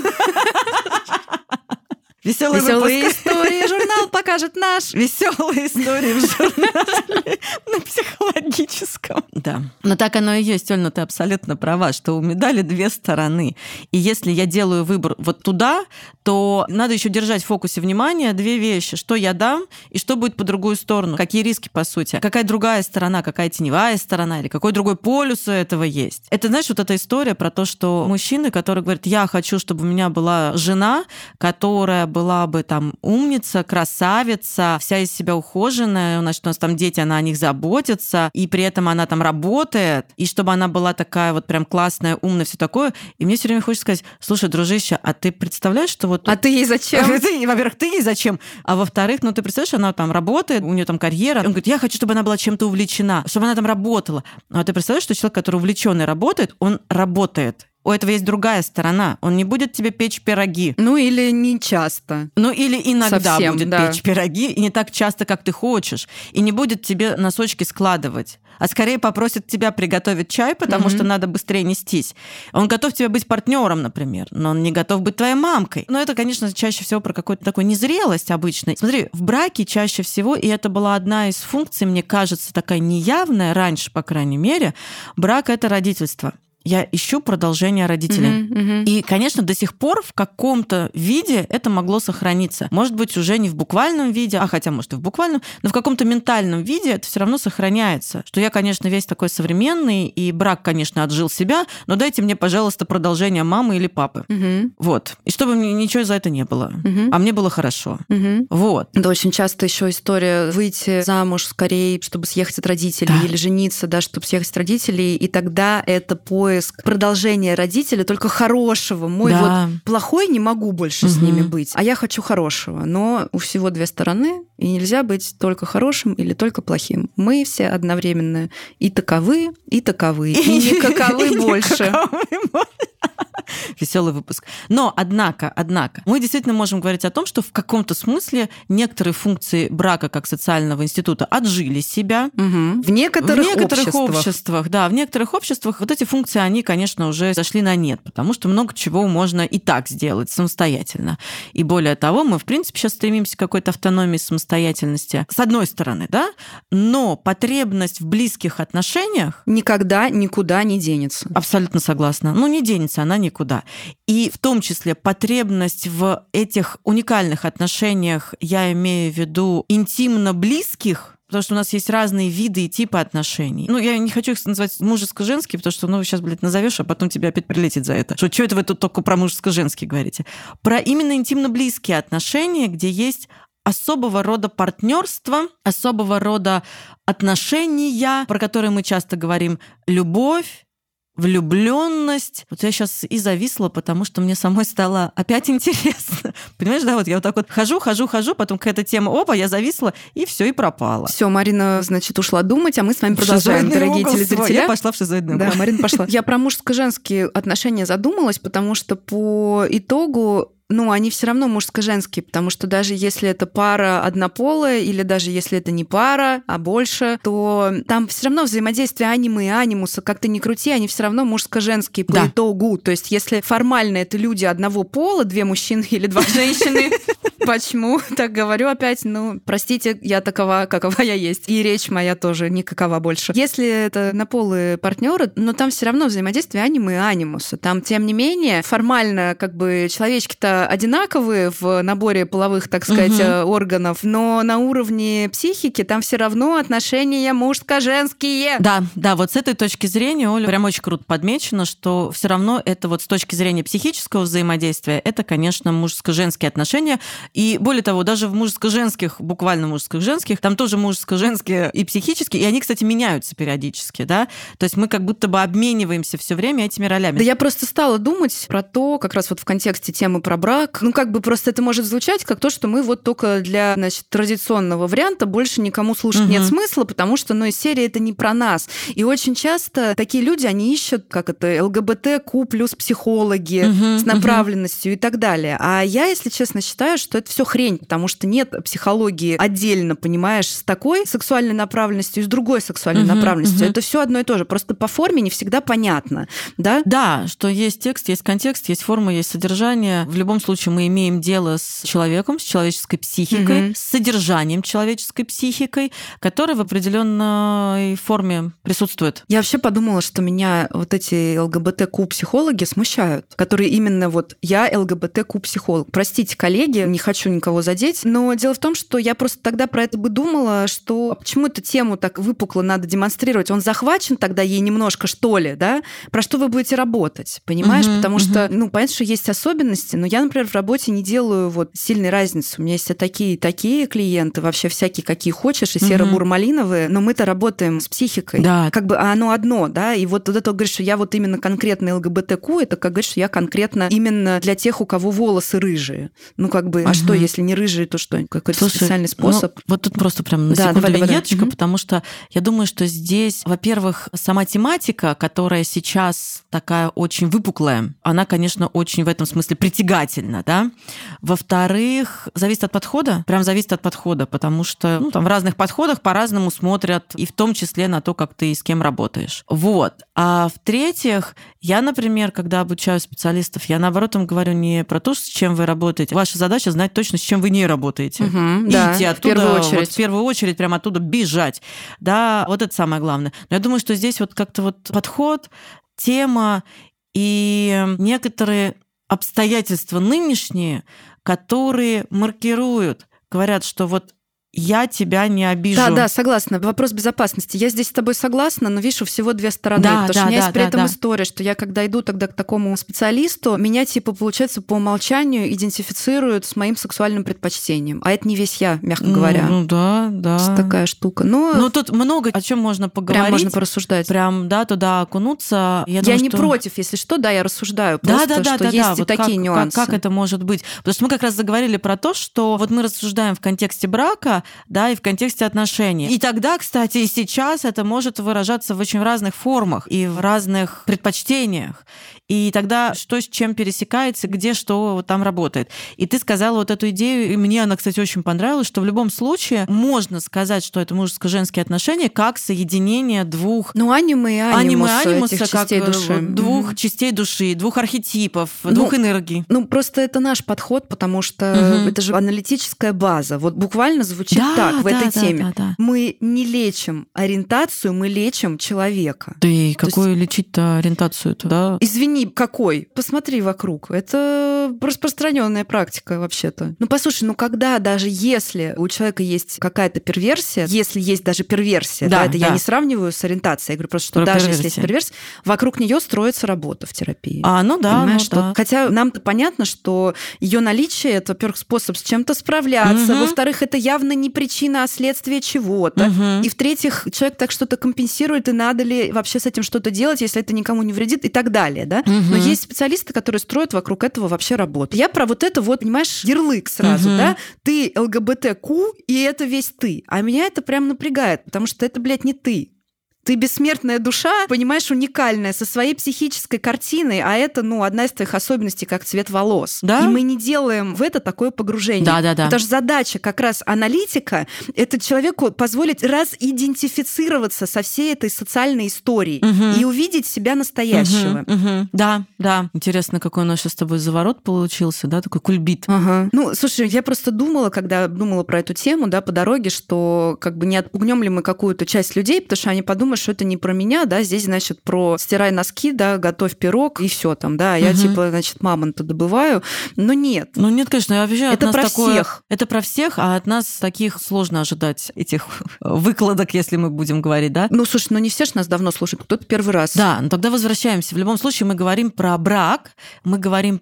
Веселые истории. Журнал покажет наш. Веселые истории в журнале на психологическом. Да. Но так оно и есть, Оль, ты абсолютно права, что у медали две стороны. И если я делаю выбор вот туда, то надо еще держать в фокусе внимания две вещи. Что я дам и что будет по другую сторону. Какие риски, по сути. Какая другая сторона, какая теневая сторона, или какой другой полюс у этого есть. Это, знаешь, вот эта история про то, что мужчины, которые говорят, я хочу, чтобы у меня была жена, которая была бы там умница, красавица, вся из себя ухоженная, значит, у нас там дети, она о них заботится, и при этом она там работает, и чтобы она была такая вот прям классная, умная, все такое. И мне все время хочется сказать, слушай, дружище, а ты представляешь, что вот... А ты ей зачем? Во-первых, ты ей зачем? А во-вторых, ну ты представляешь, она там работает, у нее там карьера. Он говорит, я хочу, чтобы она была чем-то увлечена, чтобы она там работала. А ты представляешь, что человек, который увлеченный работает, он работает. У этого есть другая сторона. Он не будет тебе печь пироги. Ну, или не часто. Ну, или иногда совсем, будет печь пироги, и не так часто, как ты хочешь. И не будет тебе носочки складывать. А скорее попросит тебя приготовить чай, потому что надо быстрее нестись. Он готов тебе быть партнером, например, но он не готов быть твоей мамкой. Но это, конечно, чаще всего про какую-то такую незрелость обычно. Смотри, в браке чаще всего, и это была одна из функций, мне кажется, такая неявная, раньше, по крайней мере, брак — это родительство. Я ищу продолжение родителей. И, конечно, до сих пор в каком-то виде это могло сохраниться. Может быть, уже не в буквальном виде, хотя, может, и в буквальном, но в каком-то ментальном виде это все равно сохраняется. Что я, конечно, весь такой современный, и брак, конечно, отжил себя, но дайте мне, пожалуйста, продолжение мамы или папы. Вот. И чтобы мне ничего за это не было. А мне было хорошо. Вот. Да, очень часто еще история выйти замуж скорее, чтобы съехать от родителей, или жениться, да, чтобы съехать от родителей, и тогда это поиск продолжения родителя, только хорошего. Мой вот плохой, не могу больше с ними быть, а я хочу хорошего. Но у всего две стороны, и нельзя быть только хорошим или только плохим. Мы все одновременно и таковы, и никаковы больше. Веселый выпуск. Но, однако, мы действительно можем говорить о том, что в каком-то смысле некоторые функции брака как социального института отжили себя. В некоторых обществах. Да, в некоторых обществах вот эти функции, они, конечно, уже зашли на нет, потому что много чего можно и так сделать самостоятельно. И более того, мы, в принципе, сейчас стремимся к какой-то автономии, самостоятельности. С одной стороны, да, но потребность в близких отношениях никогда никуда не денется. Абсолютно согласна. Ну, не денется она никуда. И в том числе потребность в этих уникальных отношениях, я имею в виду интимно близких, потому что у нас есть разные виды и типы отношений. Ну, я не хочу их называть мужеско-женские, потому что, сейчас, назовешь, а потом тебе опять прилетит за это. Что это вы тут только про мужеско-женские говорите? Про именно интимно близкие отношения, где есть особого рода партнерство, особого рода отношения, про которые мы часто говорим, любовь, влюбленность. Вот я сейчас и зависла, потому что мне самой стало опять интересно. Понимаешь, да, вот я вот так вот хожу, потом какая-то тема, я зависла, и все и пропало. Все, Марина, значит, ушла думать, а мы с вами продолжаем, дорогие телезрители. Я пошла в шизоидный угол. Да, Марина пошла. Я про мужско-женские отношения задумалась, потому что по итогу они все равно мужско-женские, потому что даже если это пара однополая, или даже если это не пара, а больше, то там все равно взаимодействие анимы и анимуса, как ты ни крути, они все равно мужско-женские по итогу. То есть если формально это люди одного пола, две мужчины или два женщины, Почему так говорю опять? Ну, простите, я такова, какова я есть. И речь моя тоже никакова больше. Если это однополые партнеры, но там все равно взаимодействие аниме и анимуса. Там, тем не менее, формально как бы человечки-то одинаковые в наборе половых, так сказать, органов, но на уровне психики там все равно отношения мужско-женские. Да, вот с этой точки зрения, Оля, прям очень круто подмечено, что все равно это вот с точки зрения психического взаимодействия, это, конечно, мужско-женские отношения. И более того, даже в мужско-женских, буквально мужско-женских, там тоже мужско-женские и психические, и они, кстати, меняются периодически, да? То есть мы как будто бы обмениваемся все время этими ролями. Да я просто стала думать про то, как раз вот в контексте темы про брак, ну как бы просто это может звучать как то, что мы вот только для, значит, традиционного варианта больше никому слушать нет смысла, потому что, ну, из серии это не про нас. И очень часто такие люди, они ищут, как это, ЛГБТК плюс психологи с направленностью и так далее. А я, если честно, считаю, что это все хрень, потому что нет психологии отдельно, понимаешь, с такой сексуальной направленностью и с другой сексуальной направленностью. Это все одно и то же. Просто по форме не всегда понятно, да? Да, что есть текст, есть контекст, есть форма, есть содержание. В любом случае мы имеем дело с человеком, с человеческой психикой, с содержанием человеческой психикой, которое в определенной форме присутствует. Я вообще подумала, что меня вот эти ЛГБТК-психологи смущают, которые именно вот я ЛГБТК-психолог. Простите, коллеги, не хочу никого задеть, но дело в том, что я просто тогда про это бы думала, что почему эту тему так выпукло надо демонстрировать? Он захвачен тогда ей немножко, что ли, да? Про что вы будете работать, понимаешь? Потому что, ну, понятно, что есть особенности, но я, например, в работе не делаю вот сильной разницы. У меня есть такие клиенты, вообще всякие, какие хочешь, и серо-буро-малиновые, но мы-то работаем с психикой. Да. Как бы оно одно, да? И вот это говоришь, что я вот именно конкретно ЛГБТК, это как говоришь, что я конкретно именно для тех, у кого волосы рыжие. Ну, как бы, а что, если не рыжие, то что? Какой-то специальный способ? Ну, вот тут просто прям на секунду виньеточка, потому что я думаю, что здесь, во-первых, сама тематика, которая сейчас такая очень выпуклая, она, конечно, очень в этом смысле притягательна, да? Во-вторых, зависит от подхода, прям зависит от подхода, потому что, ну, там в разных подходах по-разному смотрят, и в том числе на то, как ты и с кем работаешь. Вот. А в-третьих, я, например, когда обучаю специалистов, я, наоборот, им говорю не про то, с чем вы работаете. Ваша задача знать точно, с чем вы не работаете. И идти оттуда, в первую очередь, прямо оттуда бежать. Да, вот это самое главное. Но я думаю, что здесь вот как-то вот подход, тема и некоторые обстоятельства нынешние, которые маркируют, говорят, что вот я тебя не обижу. Да, согласна. Вопрос безопасности. Я здесь с тобой согласна, но, видишь, у всего две стороны. Потому что у меня есть при этом история, что я, когда иду тогда к такому специалисту, меня, типа, получается, по умолчанию идентифицируют с моим сексуальным предпочтением. А это не весь я, мягко говоря. Ну да. Такая штука. Но тут много о чем можно поговорить. Прям можно порассуждать. Прям, да, туда окунуться. Я не против, если что, да, я рассуждаю. Просто, что есть и такие нюансы. Как это может быть? Потому что мы как раз заговорили про то, что вот мы рассуждаем в контексте брака, да, и в контексте отношений. И тогда, кстати, и сейчас это может выражаться в очень разных формах и в разных предпочтениях. И тогда что с чем пересекается, где что вот там работает. И ты сказала вот эту идею, и мне она, кстати, очень понравилась, что в любом случае можно сказать, что это мужско-женские отношения как соединение двух... Ну, аниме и анимуса как частей души. Двух частей души, двух архетипов, двух энергий. Ну, просто это наш подход, потому что это же аналитическая база. Вот буквально звучит так в этой теме. Да. Мы не лечим ориентацию, мы лечим человека. Да и какую лечить-то ориентацию-то, да? Извини, какой? Посмотри вокруг. Это распространенная практика вообще-то. Ну, послушай, когда даже если у человека есть какая-то перверсия, если есть даже перверсия, это я не сравниваю с ориентацией, я говорю просто, что про даже если есть перверсия, вокруг нее строится работа в терапии. Ну да, понимаешь, хотя нам-то понятно, что ее наличие — это, во-первых, способ с чем-то справляться, во-вторых, это явно не причина, а следствие чего-то, и в-третьих, человек так что-то компенсирует, и надо ли вообще с этим что-то делать, если это никому не вредит, и так далее, да? Но есть специалисты, которые строят вокруг этого вообще работу. Я про вот это вот, понимаешь, ярлык сразу, да? Ты ЛГБТК, и это весь ты. А меня это прям напрягает, потому что это, блядь, не ты. Ты бессмертная душа, понимаешь, уникальная, со своей психической картиной, а это, одна из твоих особенностей, как цвет волос. Да? И мы не делаем в это такое погружение. Да. Потому что задача как раз аналитика — это человеку позволить разидентифицироваться со всей этой социальной историей и увидеть себя настоящего. Да. Интересно, какой у нас сейчас с тобой заворот получился, да, такой кульбит. Слушай, я просто думала, когда думала про эту тему, да, по дороге, что как бы не отпугнем ли мы какую-то часть людей, потому что они подумают, что это не про меня, да, здесь, значит, про стирай носки, да, готовь пирог и все там, да, я типа, значит, мамонта добываю, но нет. Нет, конечно, вообще это про всех. Это про всех, а от нас таких сложно ожидать этих выкладок, если мы будем говорить, да? Слушай, не все ж нас давно слушают, кто-то первый раз. Да, тогда возвращаемся. В любом случае мы говорим про брак, мы говорим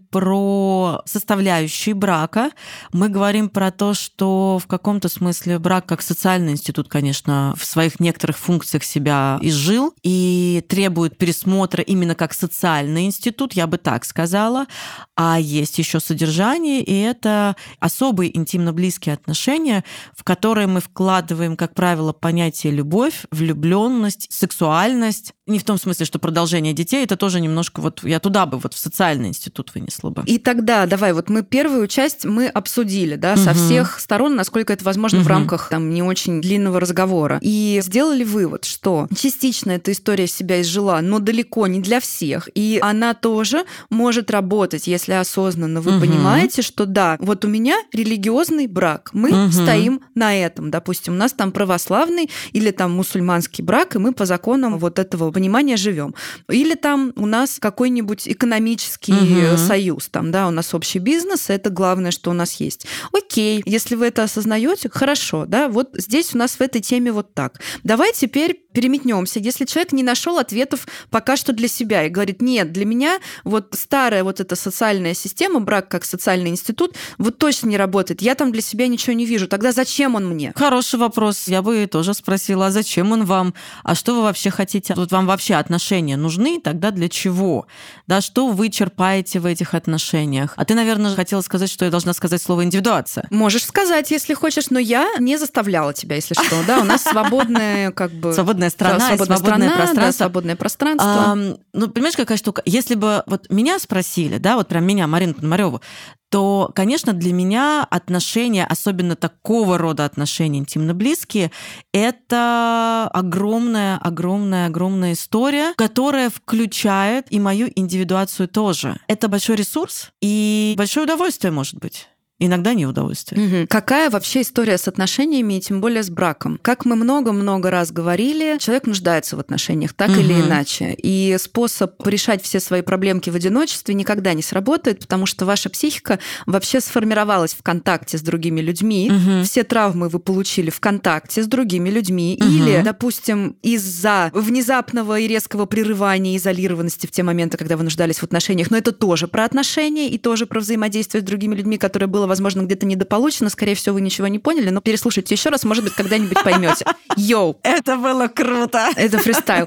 про составляющие брака, мы говорим про то, что в каком-то смысле брак как социальный институт, конечно, в своих некоторых функциях себя изжил и требует пересмотра именно как социальный институт, я бы так сказала. А есть еще содержание, и это особые интимно близкие отношения, в которые мы вкладываем, как правило, понятие любовь, влюбленность, сексуальность. Не в том смысле, что продолжение детей, это тоже немножко я туда бы в социальный институт вынесла бы. И тогда давай, мы первую часть мы обсудили, да, со всех сторон, насколько это возможно в рамках там не очень длинного разговора. И сделали вывод, что частично эта история себя изжила, но далеко не для всех. И она тоже может работать, если осознанно вы понимаете, что да, у меня религиозный брак, мы стоим на этом. Допустим, у нас там православный или там мусульманский брак, и мы по законам этого понимания живем. Или там у нас какой-нибудь экономический союз, там, да, у нас общий бизнес, это главное, что у нас есть. Окей, если вы это осознаете, хорошо, да, здесь у нас в этой теме так. Давай теперь переметнемся. Если человек не нашел ответов пока что для себя и говорит, нет, для меня старая эта социальная система, брак как социальный институт, точно не работает. Я там для себя ничего не вижу. Тогда зачем он мне? Хороший вопрос. Я бы тоже спросила, а зачем он вам? А что вы вообще хотите? Вам вообще отношения нужны? Тогда для чего? Да, что вы черпаете в этих отношениях? А ты, наверное, хотела сказать, что я должна сказать слово индивидуация. Можешь сказать, если хочешь, но я не заставляла тебя, если что. Да, у нас свободная свободная страна, свободное пространство. Да, свободное пространство. Понимаешь, какая штука? Если бы меня спросили, да, прям меня, Марину Пономарёву, то, конечно, для меня отношения, особенно такого рода отношения интимно близкие, это огромная история, которая включает и мою индивидуацию тоже. Это большой ресурс и большое удовольствие, может быть. Иногда неудовольствие. Какая вообще история с отношениями, и тем более с браком? Как мы много-много раз говорили, человек нуждается в отношениях, так или иначе. И способ решать все свои проблемки в одиночестве никогда не сработает, потому что ваша психика вообще сформировалась в контакте с другими людьми. Все травмы вы получили в контакте с другими людьми. Или, допустим, из-за внезапного и резкого прерывания изолированности в те моменты, когда вы нуждались в отношениях. Но это тоже про отношения и тоже про взаимодействие с другими людьми, которое было, возможно, где-то недополучено. Скорее всего, вы ничего не поняли, но переслушайте еще раз, может быть, когда-нибудь поймете. Йоу! Это было круто! Это фристайл.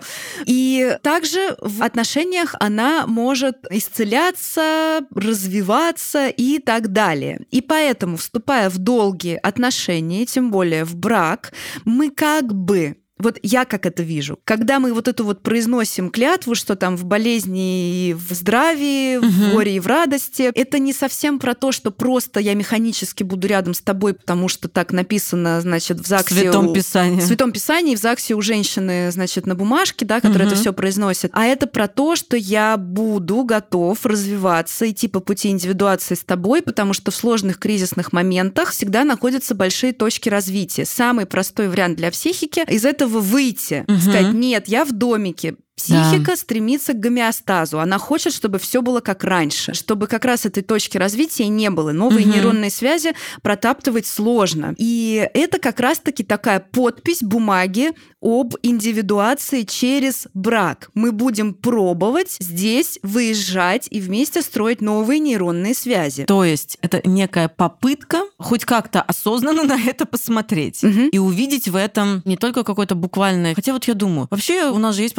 И также в отношениях она может исцеляться, развиваться и так далее. И поэтому, вступая в долгие отношения, тем более в брак, мы как бы я как это вижу. Когда мы эту произносим клятву, что там в болезни и в здравии, в горе и в радости, это не совсем про то, что просто я механически буду рядом с тобой, потому что так написано, значит, в ЗАГСе... В Святом Писании. В Святом Писании, в ЗАГСе у женщины, значит, на бумажке, да, которая это все произносит. А это про то, что я буду готов развиваться, идти по пути индивидуации с тобой, потому что в сложных кризисных моментах всегда находятся большие точки развития. Самый простой вариант для психики из этого выйти, сказать, нет, я в домике. Психика стремится к гомеостазу. Она хочет, чтобы все было как раньше, чтобы как раз этой точки развития не было. Новые нейронные связи протаптывать сложно. И это как раз-таки такая подпись бумаги об индивидуации через брак. Мы будем пробовать здесь выезжать и вместе строить новые нейронные связи. То есть это некая попытка хоть как-то осознанно на это посмотреть и увидеть в этом не только какое-то буквальное... Хотя я думаю, вообще у нас же есть потребность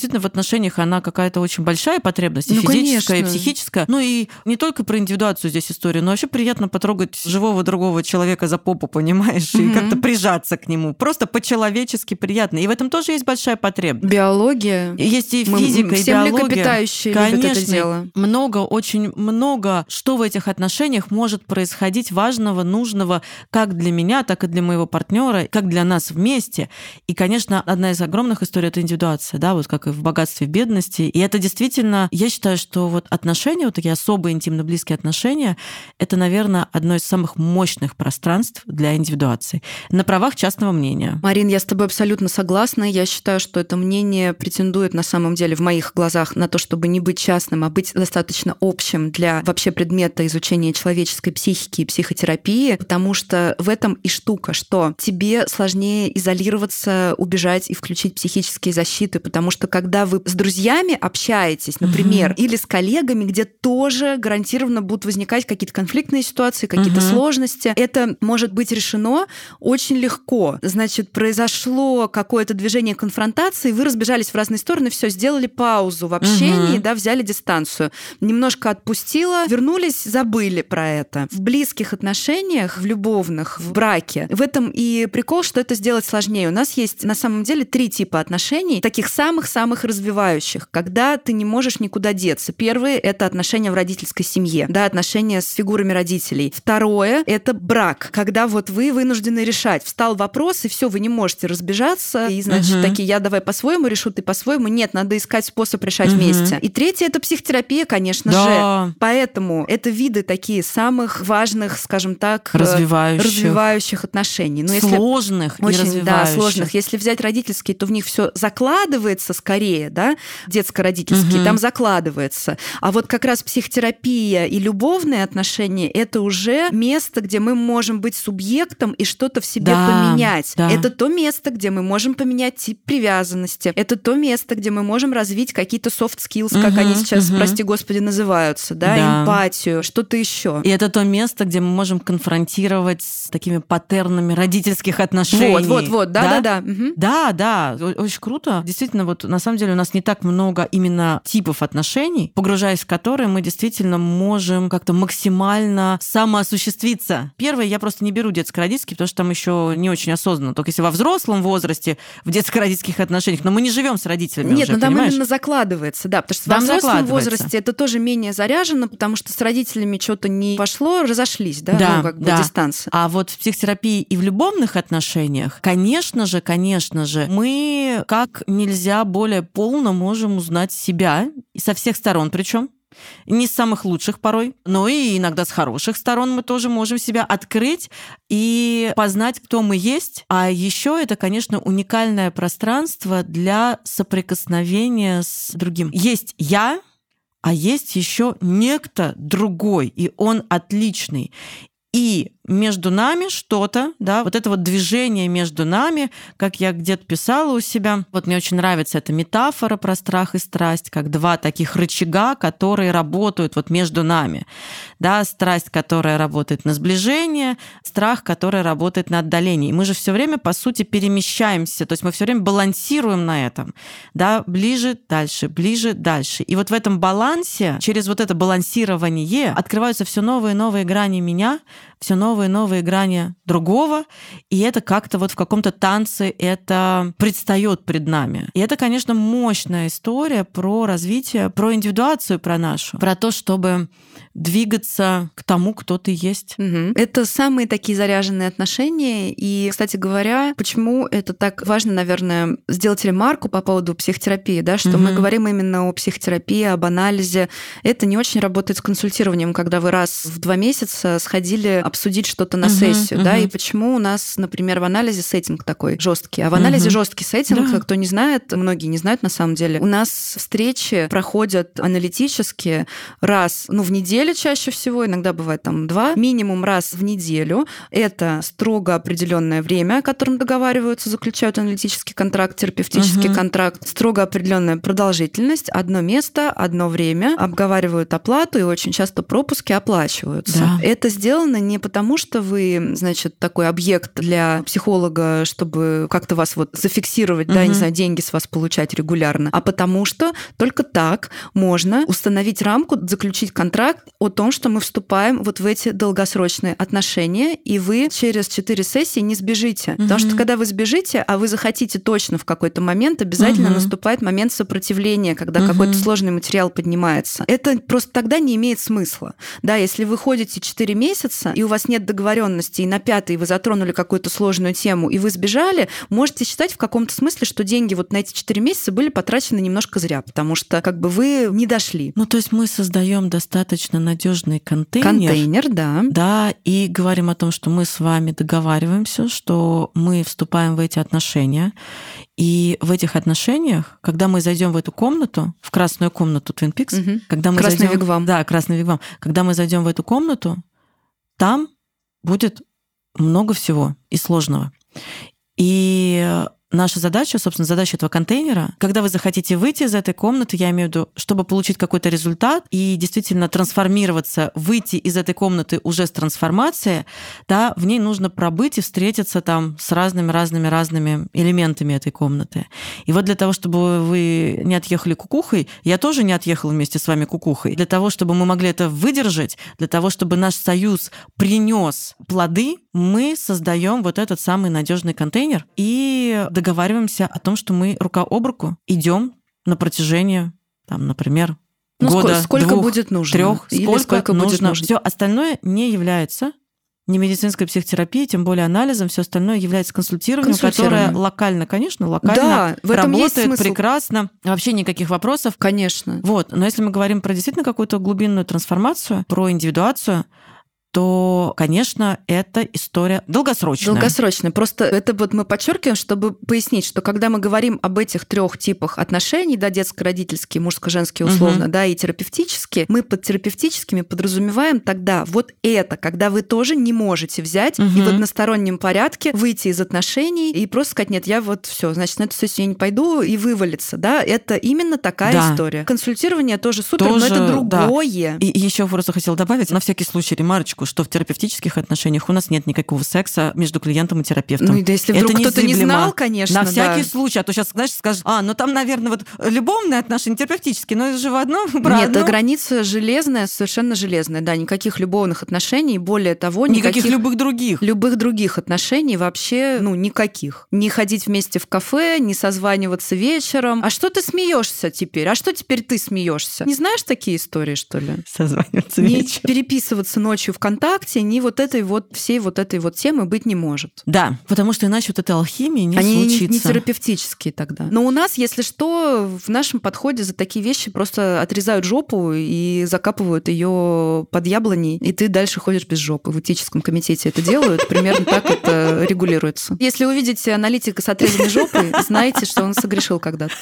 действительно в отношениях она какая-то очень большая потребность, и физическая, и психическая. Ну и не только про индивидуацию здесь история, но вообще приятно потрогать живого другого человека за попу, понимаешь, и как-то прижаться к нему. Просто по-человечески приятно. И в этом тоже есть большая потребность. Биология. Есть и физика, и все биология. млекопитающие любят это дело. Много, очень много, что в этих отношениях может происходить важного, нужного как для меня, так и для моего партнера, как для нас вместе. И, конечно, одна из огромных историй — это индивидуация, да, вот как и в богатстве, в бедности. И это действительно, я считаю, что вот отношения, вот такие особые интимно близкие отношения, это, наверное, одно из самых мощных пространств для индивидуации. На правах частного мнения. Марин, я с тобой абсолютно согласна. Я считаю, что это мнение претендует на самом деле в моих глазах на то, чтобы не быть частным, а быть достаточно общим для вообще предмета изучения человеческой психики и психотерапии, потому что в этом и штука, что тебе сложнее изолироваться, убежать и включить психические защиты, потому что когда вы с друзьями общаетесь, например, или с коллегами, где тоже гарантированно будут возникать какие-то конфликтные ситуации, какие-то сложности, это может быть решено очень легко. Значит, произошло какое-то движение конфронтации, вы разбежались в разные стороны, все, сделали паузу в общении, да, взяли дистанцию, немножко отпустила, вернулись, забыли про это. В близких отношениях, в любовных, в браке, в этом и прикол, что это сделать сложнее. У нас есть на самом деле 3 типа отношений, таких самых-самых развивающих, когда ты не можешь никуда деться. Первый — это отношения в родительской семье, да, отношения с фигурами родителей. Второе — это брак, когда вот вы вынуждены решать. Встал вопрос, и все, вы не можете разбежаться, и, значит, такие, я давай по-своему решу, ты по-своему. Нет, надо искать способ решать вместе. И третье — это психотерапия, конечно же. Поэтому это виды такие самых важных, скажем так, развивающих отношений. Но сложных и развивающих. Да, сложных. Если взять родительские, то в них все закладывается скорее, да, детско-родительские, там закладывается. А вот как раз психотерапия и любовные отношения — это уже место, где мы можем быть субъектом и что-то в себе поменять. Да. Это то место, где мы можем поменять тип привязанности. Это то место, где мы можем развить какие-то soft skills, как они сейчас, прости господи, называются, да, эмпатию, что-то еще. И это то место, где мы можем конфронтировать с такими паттернами родительских отношений. Вот, да. Да, очень круто. Действительно, вот на самом деле у нас не так много именно типов отношений, погружаясь в которые мы действительно можем как-то максимально самоосуществиться. Первое, я просто не беру детско-родительский, потому что там еще не очень осознанно. Только если во взрослом возрасте, в детско-родительских отношениях, но мы не живем с родителями. Нет, уже, там понимаешь? Именно закладывается, да, потому что во взрослом возрасте это тоже менее заряжено, потому что с родителями что-то не пошло, разошлись, да, дистанция. А вот в психотерапии и в любовных отношениях, конечно же, мы как нельзя более полно можем узнать себя, и со всех сторон причем. Не с самых лучших порой, но и иногда с хороших сторон мы тоже можем себя открыть и познать, кто мы есть. А еще это, конечно, уникальное пространство для соприкосновения с другим. Есть я, а есть еще некто другой, и он отличный. И между нами что-то, да, вот это вот движение между нами, как я где-то писала у себя, вот мне очень нравится эта метафора про страх и страсть, как 2 таких рычага, которые работают вот между нами, да, страсть, которая работает на сближение, страх, который работает на отдаление. И мы же все время, по сути, перемещаемся, то есть мы все время балансируем на этом, да, ближе, дальше. И вот в этом балансе, через вот это балансирование открываются все новые и новые грани меня, все новые и новые грани другого, и это как-то вот в каком-то танце это предстает пред нами. И это, конечно, мощная история про развитие, про индивидуацию, про нашу, про то, чтобы двигаться к тому, кто ты есть. Это самые такие заряженные отношения. И, кстати говоря, почему это так важно, наверное, сделать ремарку по поводу психотерапии, да, что мы говорим именно о психотерапии, об анализе. Это не очень работает с консультированием, когда вы раз в 2 месяца сходили обсудить что-то на сессию, да, и почему у нас, например, в анализе сеттинг такой жесткий. А в анализе жесткий сеттинг, кто не знает, многие не знают на самом деле, у нас встречи проходят аналитически раз, в неделю, неделю чаще всего, иногда бывает там 2, минимум раз в неделю. Это строго определенное время, о котором договариваются, заключают аналитический контракт, терапевтический контракт, строго определенная продолжительность, одно место, одно время, обговаривают оплату, и очень часто пропуски оплачиваются. Да. Это сделано не потому, что вы, значит, такой объект для психолога, чтобы как-то вас вот зафиксировать, да, не знаю, деньги с вас получать регулярно, а потому что только так можно установить рамку, заключить контракт о том, что мы вступаем вот в эти долгосрочные отношения, и вы через 4 сессии не сбежите. Потому что когда вы сбежите, а вы захотите точно в какой-то момент, обязательно наступает момент сопротивления, когда какой-то сложный материал поднимается. Это просто тогда не имеет смысла. Да, если вы ходите 4 месяца, и у вас нет договоренности, и на 5-й вы затронули какую-то сложную тему, и вы сбежали, можете считать в каком-то смысле, что деньги вот на эти 4 месяца были потрачены немножко зря, потому что как бы вы не дошли. Ну, то есть мы создаем достаточно надежный контейнер. Контейнер, да. Да, и говорим о том, что мы с вами договариваемся, что мы вступаем в эти отношения. И в этих отношениях, когда мы зайдем в эту комнату, в красную комнату Twin Peaks, когда мы красный вигвам. Да, красный вигвам. Когда мы зайдем в эту комнату, там будет много всего и сложного. И наша задача, собственно, задача этого контейнера, когда вы захотите выйти из этой комнаты, я имею в виду, чтобы получить какой-то результат и действительно трансформироваться, выйти из этой комнаты уже с трансформацией, да, в ней нужно пробыть и встретиться там с разными элементами этой комнаты. И вот для того, чтобы вы не отъехали кукухой, я тоже не отъехала вместе с вами кукухой. Для того, чтобы мы могли это выдержать, для того, чтобы наш союз принес плоды, мы создаем вот этот самый надежный контейнер и договариваемся о том, что мы рука об руку идем на протяжении, там, например, года, сколько 2, будет нужно, 3, сколько будет нужно. Все остальное не является не медицинской психотерапией, тем более анализом, все остальное является консультированием, которое локально, конечно, да, в этом работает прекрасно, вообще никаких вопросов. Конечно. Вот, но если мы говорим про действительно какую-то глубинную трансформацию, про индивидуацию, то, конечно, это история долгосрочная. Долгосрочная. Просто это вот мы подчеркиваем, чтобы пояснить, что когда мы говорим об этих 3 типах отношений, да, детско-родительские, мужско-женские условно, да, и терапевтические, мы под терапевтическими подразумеваем тогда вот это, когда вы тоже не можете взять и в одностороннем порядке выйти из отношений и просто сказать, нет, я вот все, значит, на эту сессию я не пойду и вывалиться, да, это именно такая история. Консультирование тоже супер, но это другое. Да. И еще просто хотела добавить, на всякий случай, ремарочку, что в терапевтических отношениях у нас нет никакого секса между клиентом и терапевтом. Ну, да, если вдруг кто-то не знал, конечно, на всякий случай. А то сейчас, знаешь, скажешь, ну там, наверное, вот любовные отношения, терапевтические, но это же в одном, Нет, граница железная, совершенно железная, да, никаких любовных отношений, более того, никаких любых других. Любых других отношений вообще, никаких. Не ходить вместе в кафе, не созваниваться вечером. А что ты смеешься теперь? А что теперь ты смеешься? Не знаешь такие истории, что ли? Созваниваться вечером. Не переписываться ночью ВКонтакте, ни вот этой вот всей вот этой вот темы быть не может. Да, потому что иначе вот этой алхимии не Они случится. Они не терапевтические тогда. Но у нас, если что, в нашем подходе за такие вещи просто отрезают жопу и закапывают ее под яблоней, и ты дальше ходишь без жопы. В этическом комитете это делают, примерно так это регулируется. Если увидите аналитика с отрезанной жопой, знайте, что он согрешил когда-то.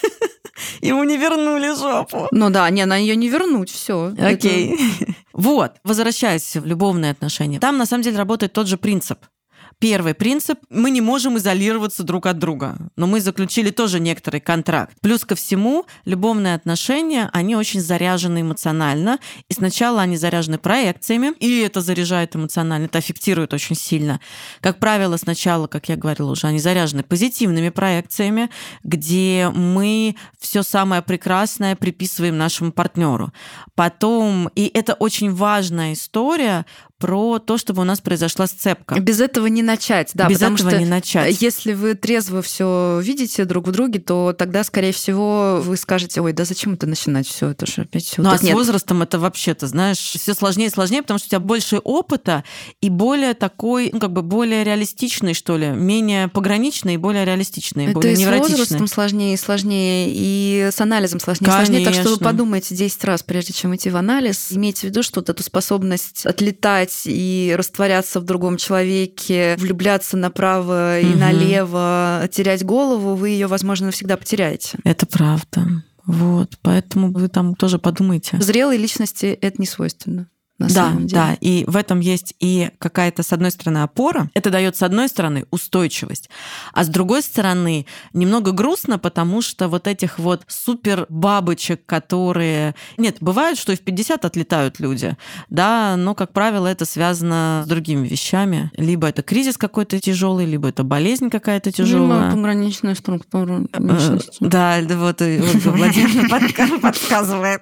Ему не вернули жопу. Ну да, на ее не вернуть, все. Окей. Вот, возвращаясь в любовные отношения, там на самом деле работает тот же принцип. Первый принцип – мы не можем изолироваться друг от друга, но мы заключили тоже некоторый контракт. Плюс ко всему, любовные отношения, они очень заряжены эмоционально, и сначала они заряжены проекциями, и это заряжает эмоционально, это аффектирует очень сильно. Как правило, сначала, как я говорила уже, они заряжены позитивными проекциями, где мы все самое прекрасное приписываем нашему партнеру. Потом, и это очень важная история про то, чтобы у нас произошла сцепка. Без этого не начать, да, без потому этого что не начать. Если вы трезво все видите друг в друге, то тогда, скорее всего, вы скажете, ой, да зачем это начинать все это же опять все. Ну, а с возрастом это вообще-то, знаешь, все сложнее и сложнее, потому что у тебя больше опыта и более такой, более реалистичный, что ли, менее пограничный и более реалистичный, это более невротичный. Это и с возрастом сложнее и сложнее, и с анализом сложнее и сложнее. Так что вы подумайте 10 раз, прежде чем идти в анализ. Имейте в виду, что вот эту способность отлетать и растворяться в другом человеке, влюбляться направо и налево, терять голову, вы ее, возможно, навсегда потеряете. Это правда. Вот, поэтому вы там тоже подумайте. Зрелой личности это не свойственно. на самом деле. Да, и в этом есть и какая-то, с одной стороны, опора. Это дает, с одной стороны, устойчивость, а с другой стороны, немного грустно, потому что вот этих вот супер бабочек, которые... Нет, бывает, что и в 50 отлетают люди, да, но, как правило, это связано с другими вещами. Либо это кризис какой-то тяжелый, либо это болезнь какая-то тяжелая. Пограничная структура. Да, вот Владимир подсказывает.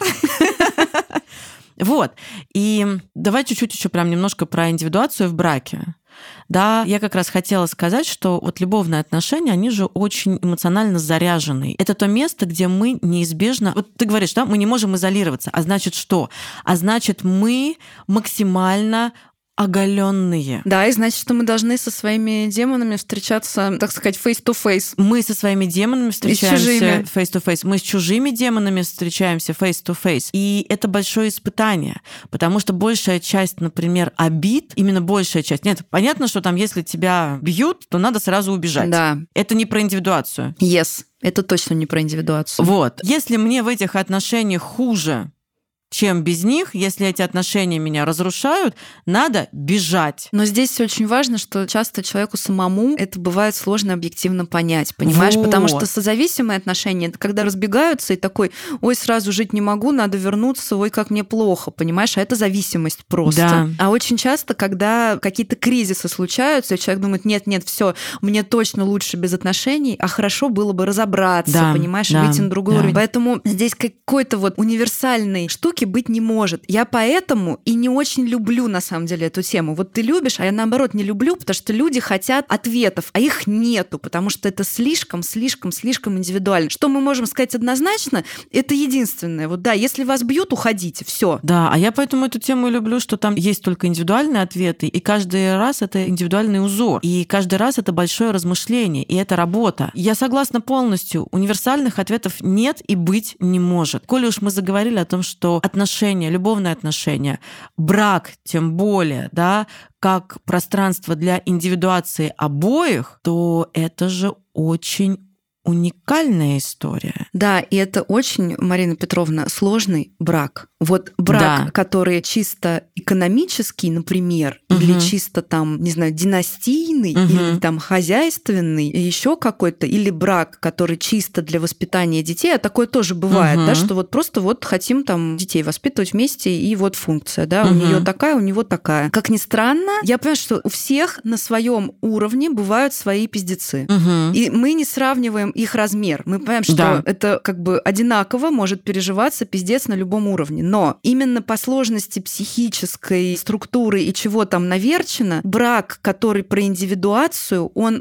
Вот. И давай чуть-чуть еще прям немножко про индивидуацию в браке. Да, я как раз хотела сказать, что вот любовные отношения, они же очень эмоционально заряжены. Это то место, где мы неизбежно... Вот ты говоришь, да, мы не можем изолироваться. А значит что? А значит, мы максимально оголенные. Да, и значит, что мы должны со своими демонами встречаться, так сказать, face-to-face. Мы со своими демонами встречаемся face-to-face. Мы с чужими демонами встречаемся face-to-face. И это большое испытание, потому что большая часть, например, обид, именно большая часть... Нет, понятно, что там, если тебя бьют, то надо сразу убежать. Да. Это не про индивидуацию. Yes, это точно не про индивидуацию. Вот. Если мне в этих отношениях хуже, чем без них, если эти отношения меня разрушают, надо бежать. Но здесь очень важно, что часто человеку самому это бывает сложно объективно понять, понимаешь? Вот. Потому что созависимые отношения, это когда разбегаются и такой, ой, сразу жить не могу, надо вернуться, ой, как мне плохо, понимаешь? А это зависимость просто. Да. А очень часто, когда какие-то кризисы случаются, и человек думает, нет, все, мне точно лучше без отношений, а хорошо было бы разобраться, понимаешь, выйти на другой уровень. Поэтому здесь какой-то вот универсальной штуки быть не может. Я поэтому и не очень люблю, на самом деле, эту тему. Вот ты любишь, а я, наоборот, не люблю, потому что люди хотят ответов, а их нету, потому что это слишком индивидуально. Что мы можем сказать однозначно, это единственное. Вот да, если вас бьют, уходите, все. Да, а я поэтому эту тему люблю, что там есть только индивидуальные ответы, и каждый раз это индивидуальный узор, и каждый раз это большое размышление, и это работа. Я согласна полностью, универсальных ответов нет и быть не может. Коли уж мы заговорили о том, что отношения, любовные отношения, брак тем более, да, как пространство для индивидуации обоих, то это же очень уникальная история. Да, и это очень, Марина Петровна, сложный брак. Вот брак, который чисто экономический, например, или чисто там, не знаю, династийный, или там хозяйственный, еще какой-то, или брак, который чисто для воспитания детей, а такое тоже бывает, да, что вот просто вот хотим там детей воспитывать вместе, и вот функция, да, у нее такая, у него такая. Как ни странно, я понимаю, что у всех на своем уровне бывают свои пиздецы. И мы не сравниваем их размер. Мы понимаем, что это как бы одинаково может переживаться пиздец на любом уровне. Но именно по сложности психической структуры и чего там наверчено, брак, который про индивидуацию, он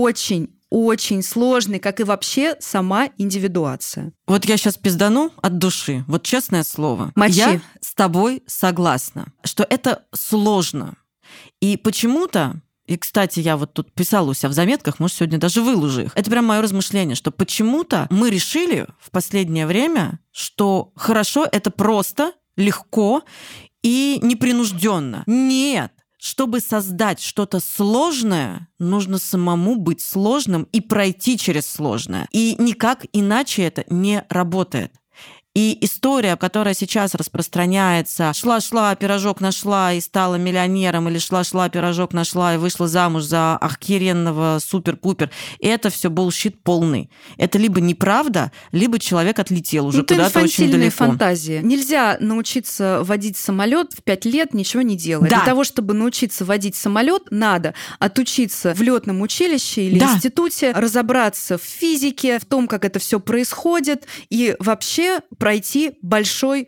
очень сложный, как и вообще сама индивидуация. Вот я сейчас пиздану от души, вот честное слово. Мочи. Я с тобой согласна, что это сложно. И почему-то, и, кстати, я вот тут писала у себя в заметках, может, сегодня даже выложу их. Это прям мое размышление, что почему-то мы решили в последнее время, что хорошо, это просто, легко и непринужденно. Нет. Чтобы создать что-то сложное, нужно самому быть сложным и пройти через сложное. И никак иначе это не работает. И история, которая сейчас распространяется, шла-шла, пирожок нашла и стала миллионером, или шла-шла, пирожок нашла и вышла замуж за охеренного супер-пупер, это все булшит полный. Это либо неправда, либо человек отлетел уже куда-то очень далеко. Фантазии. Нельзя научиться водить самолет в 5 лет, ничего не делая. Да. Для того, чтобы научиться водить самолет, надо отучиться в летном училище или институте, разобраться в физике, в том, как это все происходит, и вообще пройти большой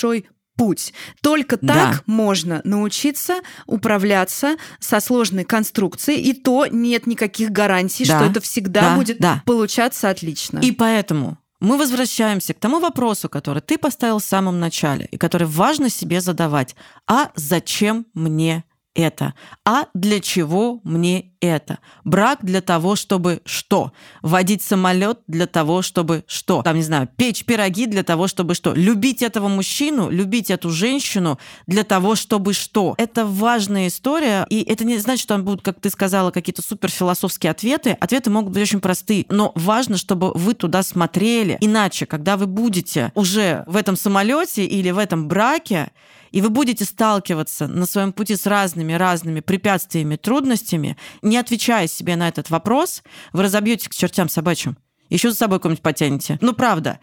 путь. Только так можно научиться управляться со сложной конструкцией, и то нет никаких гарантий, что это всегда будет получаться отлично. И поэтому мы возвращаемся к тому вопросу, который ты поставил в самом начале, и который важно себе задавать. А зачем мне это? А для чего мне это. Брак для того, чтобы что? Водить самолет для того, чтобы что? Там, не знаю, печь пироги для того, чтобы что? Любить этого мужчину, любить эту женщину для того, чтобы что? Это важная история, и это не значит, что там будут, как ты сказала, какие-то суперфилософские ответы. Ответы могут быть очень простые, но важно, чтобы вы туда смотрели. Иначе, когда вы будете уже в этом самолете или в этом браке, и вы будете сталкиваться на своем пути с разными препятствиями, трудностями, не отвечая себе на этот вопрос, вы разобьетесь к чертям собачьим. Еще за собой кого-нибудь потянете. Ну, правда.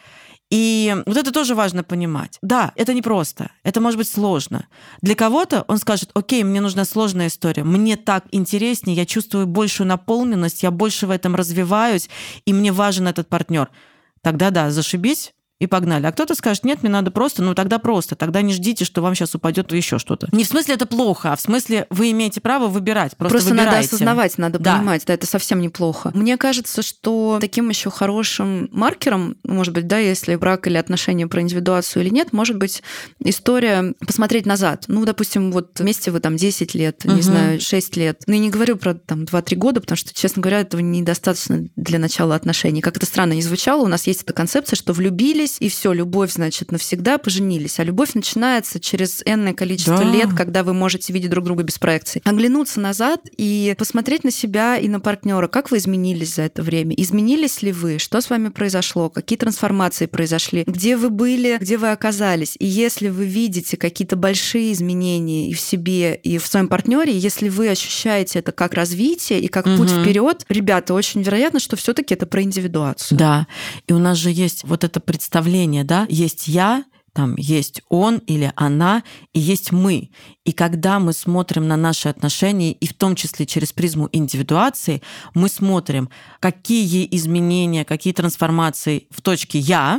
И вот это тоже важно понимать. Да, это непросто, это может быть сложно. Для кого-то он скажет: окей, мне нужна сложная история, мне так интереснее, я чувствую большую наполненность, я больше в этом развиваюсь, и мне важен этот партнер. Тогда да, зашибись, и погнали. А кто-то скажет: нет, мне надо просто, тогда не ждите, что вам сейчас упадет еще что-то. Не в смысле это плохо, а в смысле вы имеете право выбирать. Просто выбирайте. Надо осознавать, надо понимать, да, это совсем неплохо. Мне кажется, что таким еще хорошим маркером, может быть, да, если брак или отношения про индивидуацию или нет, может быть история посмотреть назад. Ну, допустим, вот вместе вы там 10 лет, не знаю, 6 лет. Ну, я не говорю про там 2-3 года, потому что, честно говоря, этого недостаточно для начала отношений. Как это странно не звучало, у нас есть эта концепция, что влюбились, и все, любовь, значит, навсегда, поженились. А любовь начинается через энное количество лет, когда вы можете видеть друг друга без проекций. Оглянуться назад и посмотреть на себя и на партнера, как вы изменились за это время. Изменились ли вы? Что с вами произошло? Какие трансформации произошли? Где вы были? Где вы оказались? И если вы видите какие-то большие изменения и в себе, и в своем партнере, если вы ощущаете это как развитие и как путь вперед, ребята, очень вероятно, что все-таки это про индивидуацию. Да. И у нас же есть вот это представление, да, есть я, там есть он или она, и есть мы. И когда мы смотрим на наши отношения, и в том числе через призму индивидуации, мы смотрим, какие изменения, какие трансформации в точке «я»,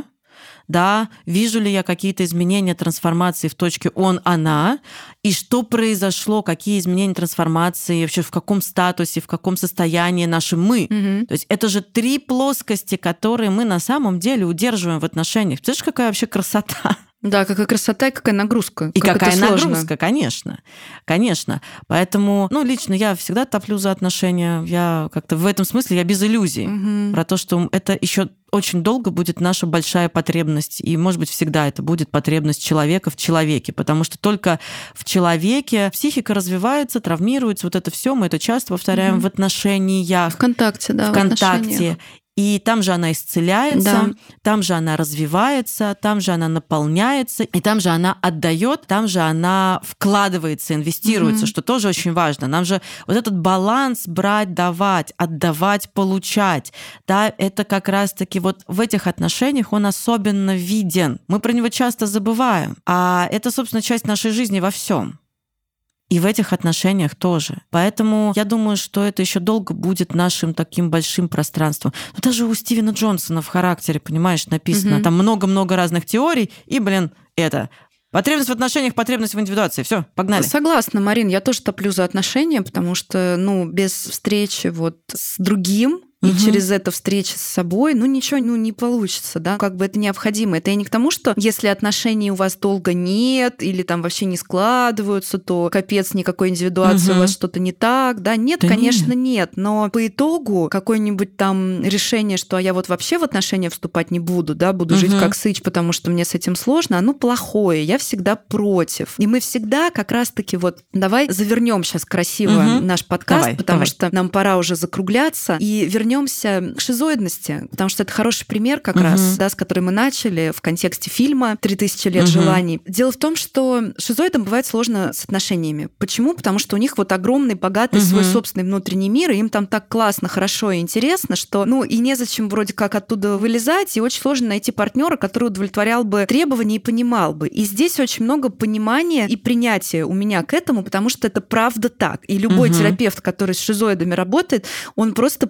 да, вижу ли я какие-то изменения, трансформации в точке он, она, и что произошло, какие изменения, трансформации, вообще в каком статусе, в каком состоянии наши мы. То есть это же 3 плоскости, которые мы на самом деле удерживаем в отношениях. Представляешь, какая вообще красота? Да, какая красота и какая нагрузка. И какая нагрузка, конечно. Конечно. Поэтому, лично я всегда топлю за отношения. Я как-то в этом смысле я без иллюзий. Про то, что это еще очень долго будет наша большая потребность. И, может быть, всегда это будет потребность человека в человеке. Потому что только в человеке психика развивается, травмируется. Вот это все мы это часто повторяем в отношениях. В контакте, да. В контакте. И там же она исцеляется, там же она развивается, там же она наполняется, и там же она отдает, там же она вкладывается, инвестируется, что тоже очень важно. Нам же вот этот баланс брать, давать, отдавать, получать, да, это как раз-таки вот в этих отношениях он особенно виден. Мы про него часто забываем, а это, собственно, часть нашей жизни во всем. И в этих отношениях тоже. Поэтому я думаю, что это еще долго будет нашим таким большим пространством. Но даже у Стивена Джонсона в «Характере», понимаешь, написано там много-много разных теорий, и, это... Потребность в отношениях, потребность в индивидуации. Все, погнали. Согласна, Марин, я тоже топлю за отношения, потому что, без встречи вот с другим, и через это встреча с собой, ничего не получится, да, как бы это необходимо. Это я не к тому, что если отношений у вас долго нет или там вообще не складываются, то капец, никакой индивидуации, у вас что-то не так, да, нет, да, конечно, нет, но по итогу какое-нибудь там решение, что я вот вообще в отношения вступать не буду, да, буду жить как сыч, потому что мне с этим сложно, оно плохое, я всегда против. И мы всегда как раз-таки давай завернем сейчас красиво наш подкаст, потому что нам пора уже закругляться, и вернемся к шизоидности, потому что это хороший пример как раз, да, с которой мы начали в контексте фильма «3000 лет желаний». Дело в том, что шизоидам бывает сложно с отношениями. Почему? Потому что у них огромный, богатый свой собственный внутренний мир, и им там так классно, хорошо и интересно, что, и незачем вроде как оттуда вылезать, и очень сложно найти партнера, который удовлетворял бы требования и понимал бы. И здесь очень много понимания и принятия у меня к этому, потому что это правда так. И любой терапевт, который с шизоидами работает, он просто понимает,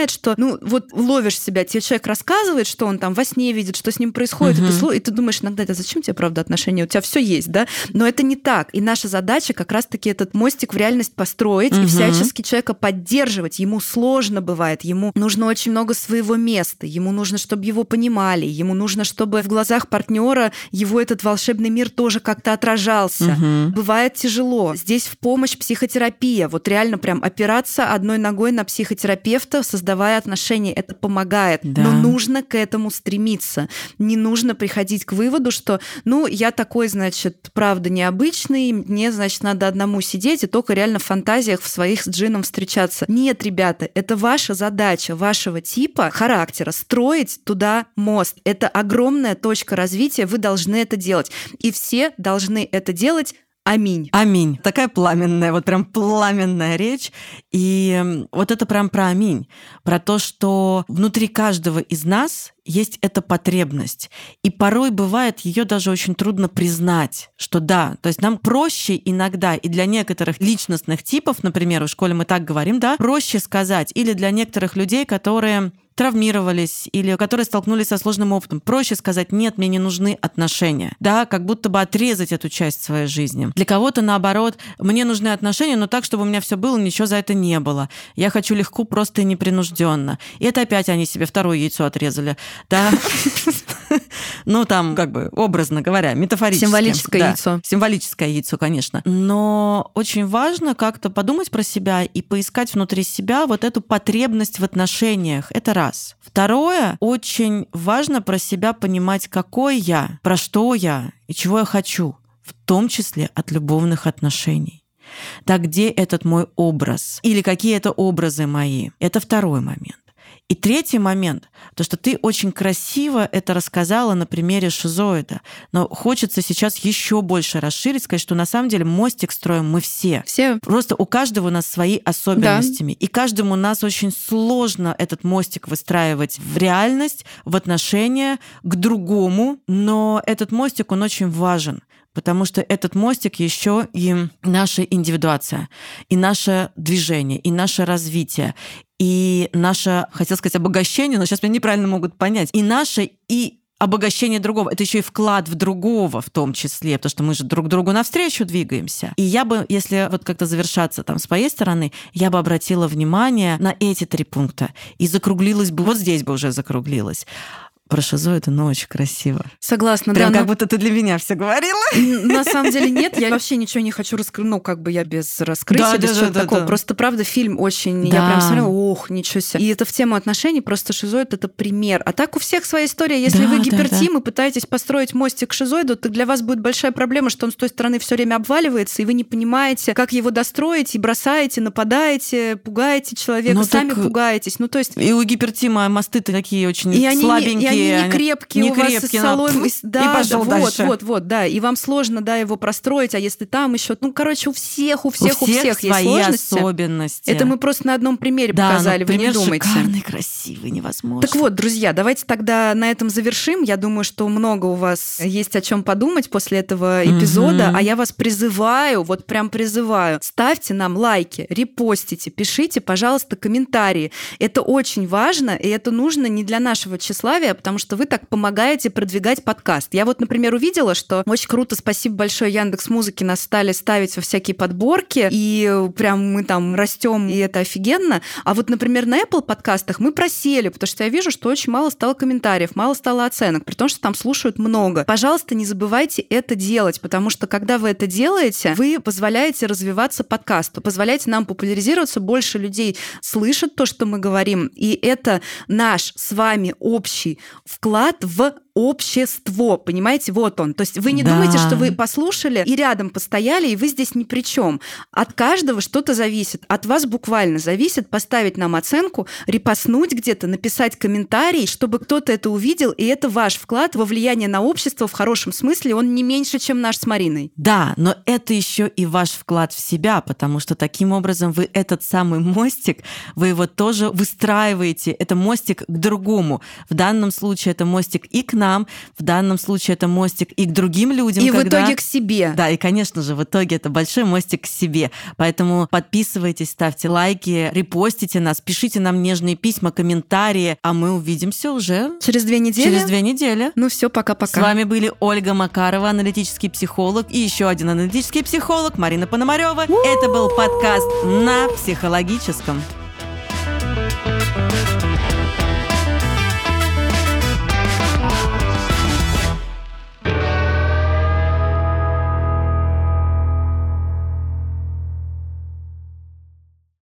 понимает, что, вот ловишь себя, тебе человек рассказывает, что он там во сне видит, что с ним происходит, и ты думаешь иногда, да зачем тебе, правда, отношения? У тебя все есть, да? Но это не так. И наша задача как раз-таки этот мостик в реальность построить и всячески человека поддерживать. Ему сложно бывает, ему нужно очень много своего места, ему нужно, чтобы его понимали, ему нужно, чтобы в глазах партнера его этот волшебный мир тоже как-то отражался. Бывает тяжело. Здесь в помощь психотерапия. Вот реально прям опираться одной ногой на психотерапевта, создавая отношения. Это помогает. Да. Но нужно к этому стремиться. Не нужно приходить к выводу, что, я такой, значит, правда, необычный, мне, значит, надо одному сидеть и только реально в фантазиях в своих с джином встречаться. Нет, ребята, это ваша задача, вашего типа характера, строить туда мост. Это огромная точка развития, вы должны это делать. И все должны это делать. Аминь. Аминь. Такая пламенная, вот прям пламенная речь. И вот это прям про аминь. Про то, что внутри каждого из нас есть эта потребность. И порой бывает, ее даже очень трудно признать, что да. То есть нам проще иногда, и для некоторых личностных типов, например, в школе мы так говорим, да, проще сказать, или для некоторых людей, которые травмировались или которые столкнулись со сложным опытом. Проще сказать: нет, мне не нужны отношения. Да, как будто бы отрезать эту часть своей жизни. Для кого-то, наоборот, мне нужны отношения, но так, чтобы у меня все было, ничего за это не было. Я хочу легко, просто и непринужденно. И это опять они себе второе яйцо отрезали. Да. Там, как бы, образно говоря, метафорически. Символическое яйцо. Символическое яйцо, конечно. Но очень важно как-то подумать про себя и поискать внутри себя вот эту потребность в отношениях. Это раз. Второе, очень важно про себя понимать, какой я, про что я и чего я хочу, в том числе от любовных отношений. Да, где этот мой образ? Или какие это образы мои? Это второй момент. И третий момент, то, что ты очень красиво это рассказала на примере шизоида, но хочется сейчас еще больше расширить, сказать, что на самом деле мостик строим мы все. Все. Просто у каждого у нас свои особенности. Да. И каждому у нас очень сложно этот мостик выстраивать в реальность, в отношения к другому, но этот мостик, он очень важен. Потому что этот мостик еще и наша индивидуация, и наше движение, и наше развитие, и наше, хотел сказать, обогащение, но сейчас меня неправильно могут понять, и наше, и обогащение другого. Это еще и вклад в другого в том числе, потому что мы же друг другу навстречу двигаемся. И я бы, если вот как-то завершаться там с моей стороны, я бы обратила внимание на эти 3 пункта и закруглилась бы, вот здесь бы уже закруглилась. Про шизоида, но очень красиво. Согласна, прям да. Как будто ты для меня все говорила. На самом деле нет, я вообще ничего не хочу раскрыть, как бы я без раскрытия, без чего-то такого. Да. Просто, правда, фильм очень... Да. Я прям смотрела, ничего себе. И это в тему отношений, просто шизоид — это пример. А так у всех своя история. Если вы гипертим и пытаетесь построить мостик к шизоиду, то для вас будет большая проблема, что он с той стороны все время обваливается, и вы не понимаете, как его достроить, и бросаете, нападаете, пугаете человека, сами пугаетесь. То есть... И у гипертима мосты-то такие очень слабенькие. Они не крепкие, у вас из соломы. Да, и пошел дальше. Вот, да. И вам сложно, его простроить, а если там еще, у всех есть свои сложности. Особенности. Это мы просто на одном примере показали, вы не думайте. Шикарный, красивый, невозможно. Так вот, друзья, давайте тогда на этом завершим. Я думаю, что много у вас есть о чем подумать после этого эпизода, а я вас призываю, ставьте нам лайки, репостите, пишите, пожалуйста, комментарии. Это очень важно, и это нужно не для нашего тщеславия, потому что вы так помогаете продвигать подкаст. Я например, увидела, что очень круто, спасибо большое Яндекс.Музыке, нас стали ставить во всякие подборки, и прям мы там растем, и это офигенно. А например, на Apple подкастах мы просели, потому что я вижу, что очень мало стало комментариев, мало стало оценок, при том, что там слушают много. Пожалуйста, не забывайте это делать, потому что когда вы это делаете, вы позволяете развиваться подкасту, позволяете нам популяризироваться, больше людей слышат то, что мы говорим, и это наш с вами общий вклад в общество, понимаете, вот он. То есть вы не думаете, что вы послушали и рядом постояли, и вы здесь ни при чем. От каждого что-то зависит. От вас буквально зависит поставить нам оценку, репостнуть где-то, написать комментарий, чтобы кто-то это увидел, и это ваш вклад во влияние на общество в хорошем смысле, он не меньше, чем наш с Мариной. Да, но это еще и ваш вклад в себя, потому что таким образом вы этот самый мостик, вы его тоже выстраиваете. Это мостик к другому. В данном случае это мостик и к нам. В данном случае это мостик и к другим людям. И в итоге к себе. Да, и, конечно же, в итоге это большой мостик к себе. Поэтому подписывайтесь, ставьте лайки, репостите нас, пишите нам нежные письма, комментарии, а мы увидимся уже через 2 недели. Через 2 недели. Ну все, пока-пока. С вами были Ольга Макарова, аналитический психолог, и еще один аналитический психолог, Марина Пономарёва. Это был подкаст «На психологическом».